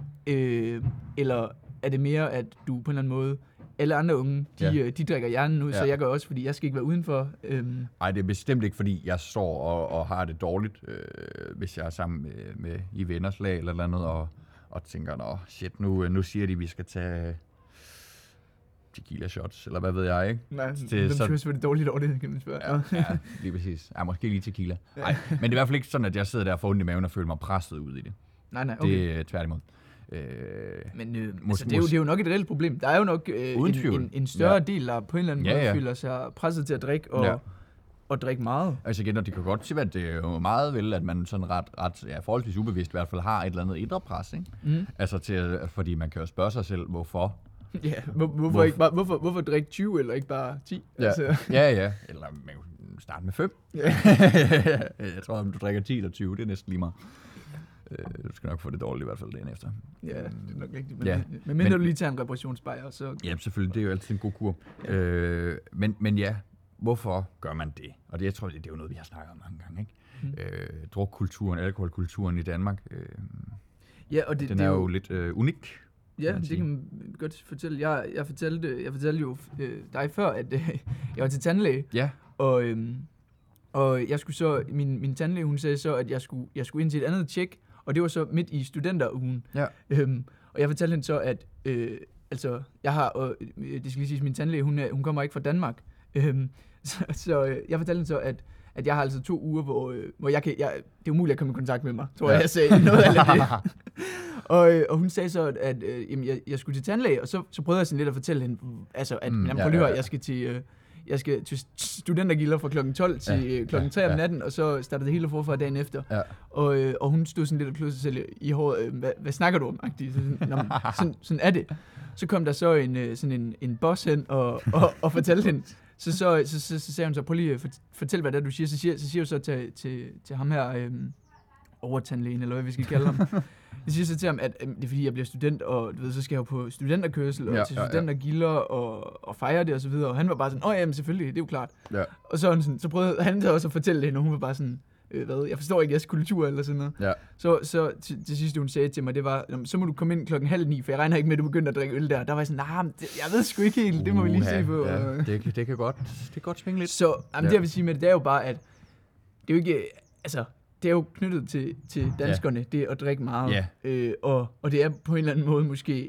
[SPEAKER 1] øh, eller er det mere, at du på en eller anden måde, alle andre unge, de, ja. de drikker hjernen ud, ja. så jeg gør også, fordi jeg skal ikke være udenfor. Øhm.
[SPEAKER 2] Nej, det er bestemt ikke, fordi jeg står og, og har det dårligt, øh, hvis jeg er sammen med, med i venners lag eller noget, og, og tænker, nå shit, nu, nu siger de, at vi skal tage tequila shots, eller hvad ved jeg, ikke?
[SPEAKER 1] Nej, det, dem så, synes jeg det dårligt over det, kan man spørge.
[SPEAKER 2] Ja, ja, lige præcis. Ja, måske lige tequila. Nej, men det er i hvert fald ikke sådan, at jeg sidder der for ondt i maven og føler mig presset ud i det.
[SPEAKER 1] Nej, nej, okay.
[SPEAKER 2] Det er tværtimod.
[SPEAKER 1] Øh, Men øh, mus, altså, det, er jo, det er jo nok et reelt problem. Der er jo nok øh, en, en, en større ja. del, der på en eller anden ja, måde ja. føler sig presset til at drikke og, ja. og drikke meget.
[SPEAKER 2] Altså igen, og det kan godt sige, at det er jo meget vel, at man sådan ret, ret ja, forholdsvis ubevidst i hvert fald har et eller andet indre pres, ikke? Mm. Altså til, fordi man kan jo spørge sig selv, hvorfor.
[SPEAKER 1] Ja, hvor, hvorfor, hvorfor, ikke bare, hvorfor, hvorfor drikke tyve eller ikke bare ti?
[SPEAKER 2] Ja, altså. ja, ja. Eller man kan starte med fem. Ja. Jeg tror, om du drikker ti eller tyve, det er næsten lige meget. Du skal nok få det dårligt i hvert fald dagen efter.
[SPEAKER 1] Ja, det er nok rigtigt. Men, ja. men mindre du lige tager en reparationsbajer, så...
[SPEAKER 2] Ja, selvfølgelig. Det er jo altid en god kur. Ja. Øh, men, men ja, hvorfor gør man det? Og det, jeg tror, det, det er jo noget, vi har snakket om mange gange, ikke? Mm. Øh, drukkulturen, alkoholkulturen i Danmark, øh,
[SPEAKER 1] ja, og det,
[SPEAKER 2] den
[SPEAKER 1] det
[SPEAKER 2] er jo,
[SPEAKER 1] jo
[SPEAKER 2] lidt øh, unik.
[SPEAKER 1] Ja, det kan man godt fortælle. Jeg, jeg, fortalte, jeg fortalte jo øh, dig før, at øh, jeg var til tandlæge.
[SPEAKER 2] Ja.
[SPEAKER 1] Og... Øh, og jeg skulle så... Min, min tandlæge, hun sagde så, at jeg skulle, jeg skulle ind til et andet tjek, og det var så midt i studenterugen. Ja. Øhm, og jeg fortalte hende så, at øh, altså, jeg har, og øh, det skal lige siges, min tandlæge, hun, er, hun kommer ikke fra Danmark. Øhm, så så øh, jeg fortalte hende så, at, at jeg har altså to uger, hvor, øh, hvor jeg kan, jeg, det er umuligt at komme i kontakt med mig, tror ja. jeg, jeg sagde noget af det. og, øh, og hun sagde så, at, at øh, jamen, jeg, jeg skulle til tandlæge, og så, så prøvede jeg sådan lidt at fortælle hende, altså, at mm, jamen, prøv lige ja, ja, ja. jeg skal til... Øh, Jeg skal til studentergilder fra klokken tolv til ja, klokken tre ja, om natten, ja. og så startede det hele forfra dagen efter. Ja. Og, øh, og hun stod sådan lidt og pludselig sig selv i håret, øh, hvad, hvad snakker du om? Sådan, sådan, sådan er det. Så kom der så en, sådan en, en boss hen og, og, og fortalte hende. Så, så, så, så, så sagde hun så, prøv lige at fortæl, hvad det er, du siger. Så siger, så siger hun så til, til, til ham her, øh, overtandlægen, eller hvad vi skal kalde ham. Jeg siger så til ham, at øh, det er fordi, jeg bliver student, og du ved, så skal jeg jo på studenterkørsel, og ja, til studentergilder, og, og fejre det, og så videre. Og han var bare sådan, åh jamen selvfølgelig, det er jo klart. Ja. Og så, sådan, så prøvede han så også at fortælle hende, og hun var bare sådan, øh, hvad, jeg forstår ikke jeres kultur, eller sådan noget. Ja. Så, så til, til sidst, hun sagde til mig, det var, så må du komme ind klokken halv ni, for jeg regner ikke med, at du begynder at drikke øl der. Der var jeg sådan, nej, nah, jeg ved sgu ikke helt, det må uh, vi lige se på.
[SPEAKER 2] Ja, det, det, kan godt, det kan godt svinge lidt.
[SPEAKER 1] Så jamen, ja. det jeg vil sige med det, det er jo bare, at det er jo ikke, altså, det er jo knyttet til, til danskerne, ja. det at drikke meget. Ja. Øh, og, og det er på en eller anden måde måske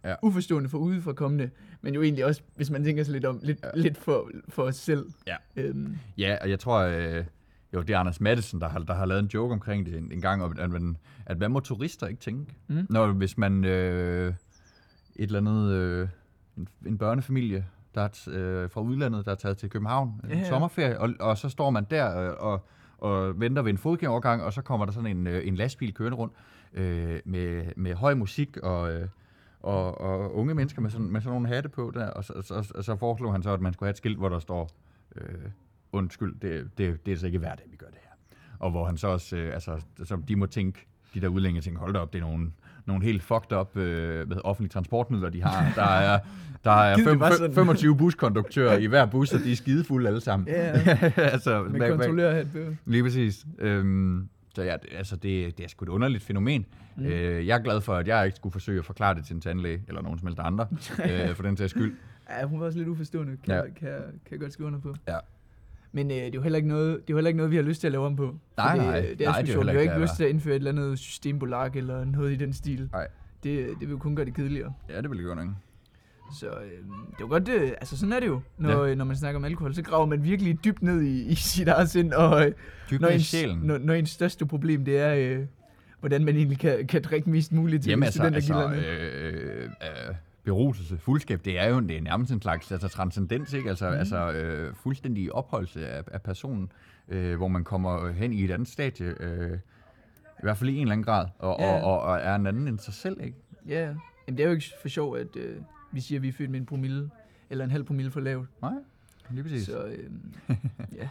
[SPEAKER 1] ja. uforstående for udefrakommende, men jo egentlig også, hvis man tænker sig lidt om, lidt, ja. lidt for, for os selv.
[SPEAKER 2] Ja, øhm. ja og jeg tror, øh, jo, det er Anders Matthesen, der har, der har lavet en joke omkring det en, en gang, at, man, at hvad må turister ikke tænke? Mm. Når hvis man øh, et eller andet, øh, en, en børnefamilie, der er øh, fra udlandet, der er taget til København ja, ja. sommerferie, og, og så står man der øh, og, og venter ved en fodgængerovergang, og så kommer der sådan en, øh, en lastbil kørende rundt øh, med, med høj musik og, øh, og, og unge mennesker med sådan, med sådan nogle hatte på der, og så, så, så, så foreslog han så, at man skulle have et skilt, hvor der står øh, undskyld, det, det, det er så ikke hverdag, vi gør det her. Og hvor han så også, øh, altså, så de må tænke, de der udlændinge tænker, hold da op, det er nogle, nogle helt fucked up øh, med offentlige transportmidler, de har. Der er, der er fem, fem, femogtyve buskonduktører i hver bus, og de er skidefulde alle sammen. Ja,
[SPEAKER 1] altså, med kontrolleret hat.
[SPEAKER 2] Lige præcis. Øhm, så ja, altså, det, det er sgu et underligt fænomen. Mm. Øh, jeg er glad for, at jeg ikke skulle forsøge at forklare det til en tandlæge, eller nogen som helst andre, øh, for den sags skyld.
[SPEAKER 1] Ja, hun var også lidt uforstående, kan,
[SPEAKER 2] ja.
[SPEAKER 1] kan, kan, kan jeg godt skrive under på.
[SPEAKER 2] Ja.
[SPEAKER 1] Men øh, det er jo heller ikke noget, det er jo heller ikke noget, vi har lyst til at lave om på.
[SPEAKER 2] Nej,
[SPEAKER 1] det,
[SPEAKER 2] nej.
[SPEAKER 1] Det er,
[SPEAKER 2] nej,
[SPEAKER 1] det er jo vi har ikke lyst til at indføre et eller andet systembolag eller noget i den stil.
[SPEAKER 2] Nej.
[SPEAKER 1] Det, det vil jo kun gøre det kedeligere.
[SPEAKER 2] Ja, det vil det gøre nok.
[SPEAKER 1] Så øh, det er jo godt, det, altså sådan er det jo, når, ja. når man snakker om alkohol, så graver man virkelig dybt ned i, i sit eget sind, og øh, når, ens, når, når ens største problem, det er, øh, hvordan man egentlig kan, kan drikke mest muligt til
[SPEAKER 2] Jamen, altså, altså øh, øh, beruselse, fuldskab, det er jo det er nærmest en slags altså, transcendens, ikke? Altså, mm. altså øh, fuldstændig opholdelse af, af personen, øh, hvor man kommer hen i et andet stadie, øh, i hvert fald i en eller anden grad, og, ja. og, og, og er en anden end sig selv, ikke?
[SPEAKER 1] Ja, men det er jo ikke for sjov, at øh, vi siger, at vi er født med en promille, eller en halv promille for lavt.
[SPEAKER 2] Nej, lige præcis.
[SPEAKER 1] Så, øh, ja.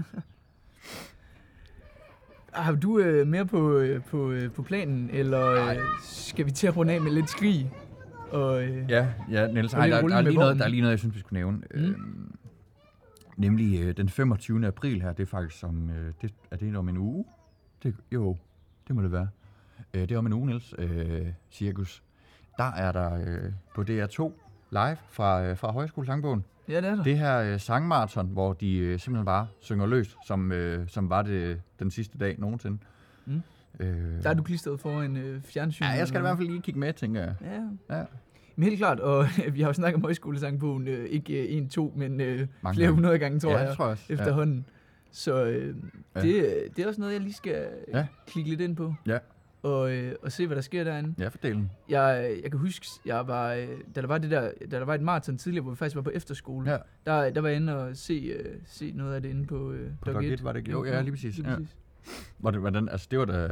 [SPEAKER 1] Har du øh, mere på, øh, på, øh, på planen, eller øh, skal vi til at runde af med lidt skrig? Og, øh,
[SPEAKER 2] ja, ja, Niels, ej, der, der, er lige noget, der er lige noget, jeg synes, vi skulle nævne. Mm. Øhm, nemlig øh, den femogtyvende april her, det er faktisk om, øh, det, er det om en uge? Det, jo, det må det være. Øh, det er om en uge, Niels, øh, cirkus. Der er der øh, på D R to live fra, øh, fra Højskolesangbogen.
[SPEAKER 1] Ja, det er der.
[SPEAKER 2] Det her øh, sangmarathon, hvor de øh, simpelthen bare synger løs, som, øh, som var det den sidste dag nogensinde. Mm.
[SPEAKER 1] Øh, der er du klistret foran øh, fjernsyn.
[SPEAKER 2] Ja, jeg skal i hvert fald lige kigge med, tænker jeg.
[SPEAKER 1] Ja. Ja. Men helt klart, og vi har jo snakket om Højskolesangbogen, øh, ikke øh, en, to, men øh, flere hundrede gange, tror
[SPEAKER 2] ja,
[SPEAKER 1] jeg,
[SPEAKER 2] tror jeg
[SPEAKER 1] efterhånden. Ja. Så øh, ja. det, det er også noget, jeg lige skal ja. klikke lidt ind på.
[SPEAKER 2] Ja.
[SPEAKER 1] Og, øh, og se, hvad der sker derinde.
[SPEAKER 2] Ja, fordelen.
[SPEAKER 1] Jeg, jeg kan huske, jeg var, da der var det der, da der var et maraton tidligere, hvor vi faktisk var på efterskole, ja. der, der var jeg inde og se, uh, se noget af det inde på, uh,
[SPEAKER 2] på Dog et. Var det ikke? Jo, ja, lige præcis.
[SPEAKER 1] Lige
[SPEAKER 2] ja.
[SPEAKER 1] præcis.
[SPEAKER 2] Var det, hvordan, altså, det var da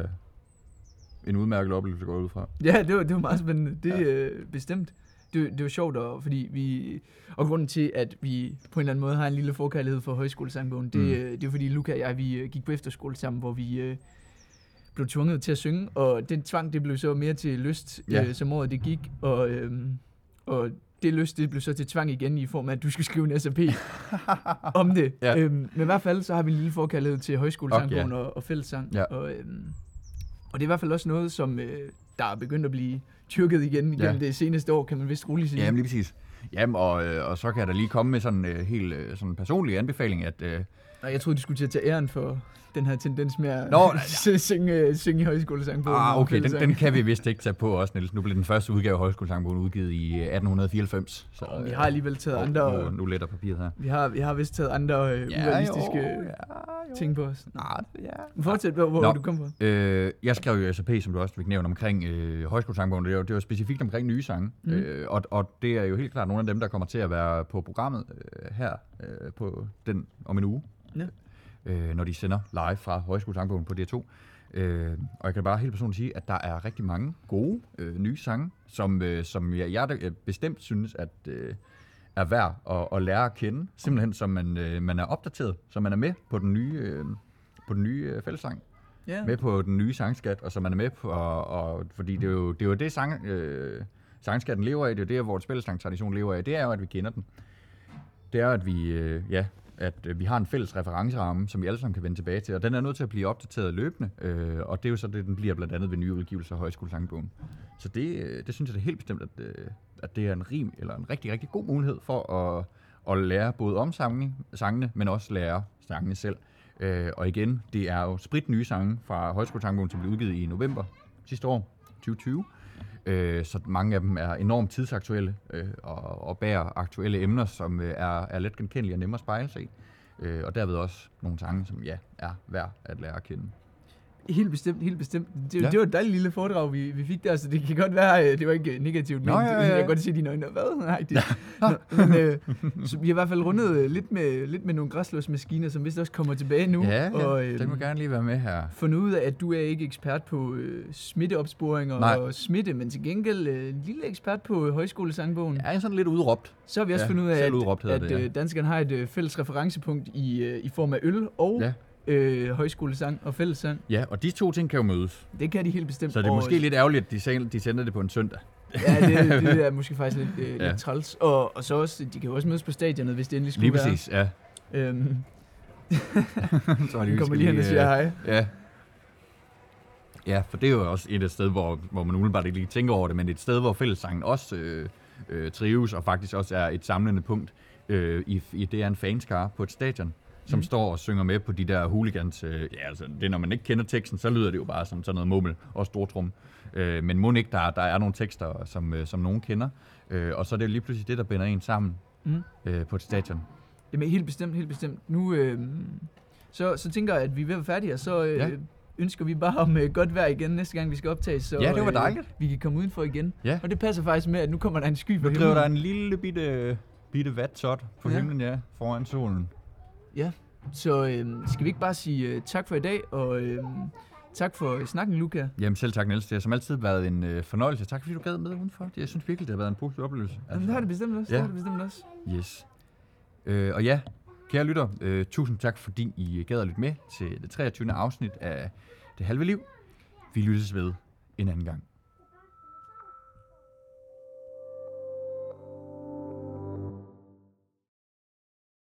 [SPEAKER 2] en udmærket oplevelse at gå ud fra.
[SPEAKER 1] Ja, det var, det var meget spændende. Det er ja. uh, bestemt. Det, det var sjovt, og, fordi vi, og grunden til, at vi på en eller anden måde har en lille forkærlighed for Højskolesangbogen, det, mm. det er fordi Luca og jeg, vi gik på efterskole sammen, hvor vi... Uh, blev tvunget til at synge, og den tvang, det blev så mere til lyst, ja. øh, som året det gik, og, øhm, og det lyst, det blev så til tvang igen i form af, at du skulle skrive en S A P om det. Ja. Øhm, men i hvert fald, så har vi en lille forkærlighed til Højskolesangbogen okay. og, og fællessang, ja. og, øhm, og det er i hvert fald også noget, som øh, der er begyndt at blive tyrket igen igennem ja. det seneste år, kan man vist roligt sige.
[SPEAKER 2] Jamen lige præcis. Jamen, og, øh, og så kan jeg da lige komme med sådan en øh, helt øh, sådan personlig anbefaling, at... Øh,
[SPEAKER 1] Nej, jeg troede, de skulle til at tage æren for den her tendens med at
[SPEAKER 2] Nå, ja.
[SPEAKER 1] synge, synge i Højskolesangbogen.
[SPEAKER 2] Ah, okay, den, den kan vi vist ikke tage på også, Niels. Nu blev den første udgave af Højskolesangbogen udgivet i atten fireoghalvfems. Så,
[SPEAKER 1] og vi har alligevel taget
[SPEAKER 2] øh,
[SPEAKER 1] andre...
[SPEAKER 2] Nu, nu letter papiret her.
[SPEAKER 1] Vi har, vi har vist taget andre øh, ja, urealistiske jo, ja, jo. ting på os.
[SPEAKER 2] Nå, ja.
[SPEAKER 1] Fortsæt, hvor, hvor du kom fra.
[SPEAKER 2] Øh, jeg skrev jo S A P, som du også fik nævnt, omkring øh, Højskolesangbogen. Det var, det var specifikt omkring nye sange. Mm. Øh, og, og det er jo helt klart nogle af dem, der kommer til at være på programmet øh, her øh, på den om en uge. Ja. Øh, når de sender live fra Højskolesangbogen på D R to. Øh, og jeg kan bare helt personligt sige, at der er rigtig mange gode øh, nye sange, som, øh, som jeg, jeg bestemt synes, at øh, er værd at, at lære at kende. Simpelthen, så man, øh, man er opdateret, så man er med på den nye, øh, på den nye øh, fællessang. Yeah. Med på den nye sangskat, og så man er med på, og, og, fordi det er jo det, er jo det sang, øh, sangskatten lever af, det er jo det, vores fællessangtradition lever af, det er jo, at vi kender den. Det er at vi, øh, ja, at vi har en fælles referenceramme, som vi alle sammen kan vende tilbage til, og den er nødt til at blive opdateret løbende, øh, og det er jo så det, den bliver blandt andet ved nye udgivelser af Højskolesangbogen. Så det, det synes jeg det er helt bestemt, at, at det er en rim, eller en rigtig, rigtig god mulighed for at, at lære både om sangene, sangene, men også lære sangene selv. Øh, og igen, det er jo sprit nye sange fra Højskolesangbogen, som blev udgivet i november sidste år, tyve tyve. Øh, så mange af dem er enormt tidsaktuelle øh, og, og bærer aktuelle emner, som øh, er, er let genkendelige og nemme at spejle sig i. Øh, og derved også nogle sange, som ja, er værd at lære at kende.
[SPEAKER 1] Helt bestemt, helt bestemt. Det,
[SPEAKER 2] Ja.
[SPEAKER 1] det var et dejligt lille foredrag, vi, vi fik der, så det kan godt være, det var ikke negativt, men
[SPEAKER 2] Nå, ja, ja, ja.
[SPEAKER 1] jeg kan godt se dine øjne, hvad? Nej, det, Nå, men, øh, så vi har i hvert fald rundet lidt med, lidt med nogle græslåsmaskiner, som vist også kommer tilbage nu.
[SPEAKER 2] Ja, ja.
[SPEAKER 1] Og, øh,
[SPEAKER 2] Den må gerne lige være med her.
[SPEAKER 1] fundet ud af, at du er ikke ekspert på øh, smitteopsporing og, og smitte, men til gengæld øh, lille ekspert på højskolesangbogen.
[SPEAKER 2] Jeg er sådan lidt udråbt.
[SPEAKER 1] Så har vi også
[SPEAKER 2] Ja,
[SPEAKER 1] fundet ud af,
[SPEAKER 2] selv
[SPEAKER 1] at,
[SPEAKER 2] udråbt hedder
[SPEAKER 1] at
[SPEAKER 2] det, ja.
[SPEAKER 1] øh, danskerne har et øh, fælles referencepunkt i, øh, i form af øl og
[SPEAKER 2] Ja.
[SPEAKER 1] øh, højskolesang og fællessang.
[SPEAKER 2] Ja, og de to ting kan jo mødes.
[SPEAKER 1] Det kan de helt bestemt.
[SPEAKER 2] Så det er
[SPEAKER 1] Og-
[SPEAKER 2] måske lidt ærgerligt, at de sender, de sender det på en søndag.
[SPEAKER 1] Ja, det, det er måske faktisk lidt, øh,
[SPEAKER 2] Ja.
[SPEAKER 1] lidt træls. Og, og så også, de kan jo også mødes på stadionet, hvis det endelig skulle
[SPEAKER 2] Lige
[SPEAKER 1] være.
[SPEAKER 2] præcis, ja.
[SPEAKER 1] Øhm,
[SPEAKER 2] Så er
[SPEAKER 1] vi kommer lige hen og siger hej.
[SPEAKER 2] Ja. Ja, for det er jo også et af sted, hvor, hvor man umiddelbart ikke lige tænker over det, men et sted, hvor fællessangen også øh, øh, trives, og faktisk også er et samlende punkt øh, i, i det er en fanskare på et stadion, som mm. står og synger med på de der hooligans. Øh, ja, altså, det er, når man ikke kender teksten, så lyder det jo bare som sådan noget mummel og stortrum. Øh, men må ikke, der, der er nogle tekster, som, øh, som nogen kender, øh, og så er det jo lige pludselig det, der binder en sammen
[SPEAKER 1] Mm.
[SPEAKER 2] øh, på et stadion.
[SPEAKER 1] Jamen helt bestemt, helt bestemt. Nu øh, så, så tænker jeg, at vi er ved at være færdige, og så øh,
[SPEAKER 2] Ja.
[SPEAKER 1] ønsker vi bare om øh, godt vejr igen næste gang, vi skal optage, så
[SPEAKER 2] Ja, det var dejligt.
[SPEAKER 1] Øh, vi kan komme udenfor igen.
[SPEAKER 2] Ja.
[SPEAKER 1] Og det passer faktisk med, at nu kommer der en sky på
[SPEAKER 2] Nu driver
[SPEAKER 1] himlen.
[SPEAKER 2] der en lille bitte, bitte vatsot på
[SPEAKER 1] Ja.
[SPEAKER 2] himlen, ja, foran solen.
[SPEAKER 1] Ja, så øh, skal vi ikke bare sige øh, tak for i dag, og øh, tak for snakken, Luca.
[SPEAKER 2] Jamen selv tak, Niels. Det har som altid været en øh, fornøjelse. Tak fordi du gad med udenfor. Jeg synes virkelig, det har været en positiv oplevelse.
[SPEAKER 1] Jamen, det har det bestemt også,
[SPEAKER 2] Ja.
[SPEAKER 1] det har det bestemt også.
[SPEAKER 2] Yes. Øh, og ja, kære lytter, øh, tusind tak fordi I gad at lytte med til det treogtyvende afsnit af Det Halve Liv. Vi lyttes ved en anden gang.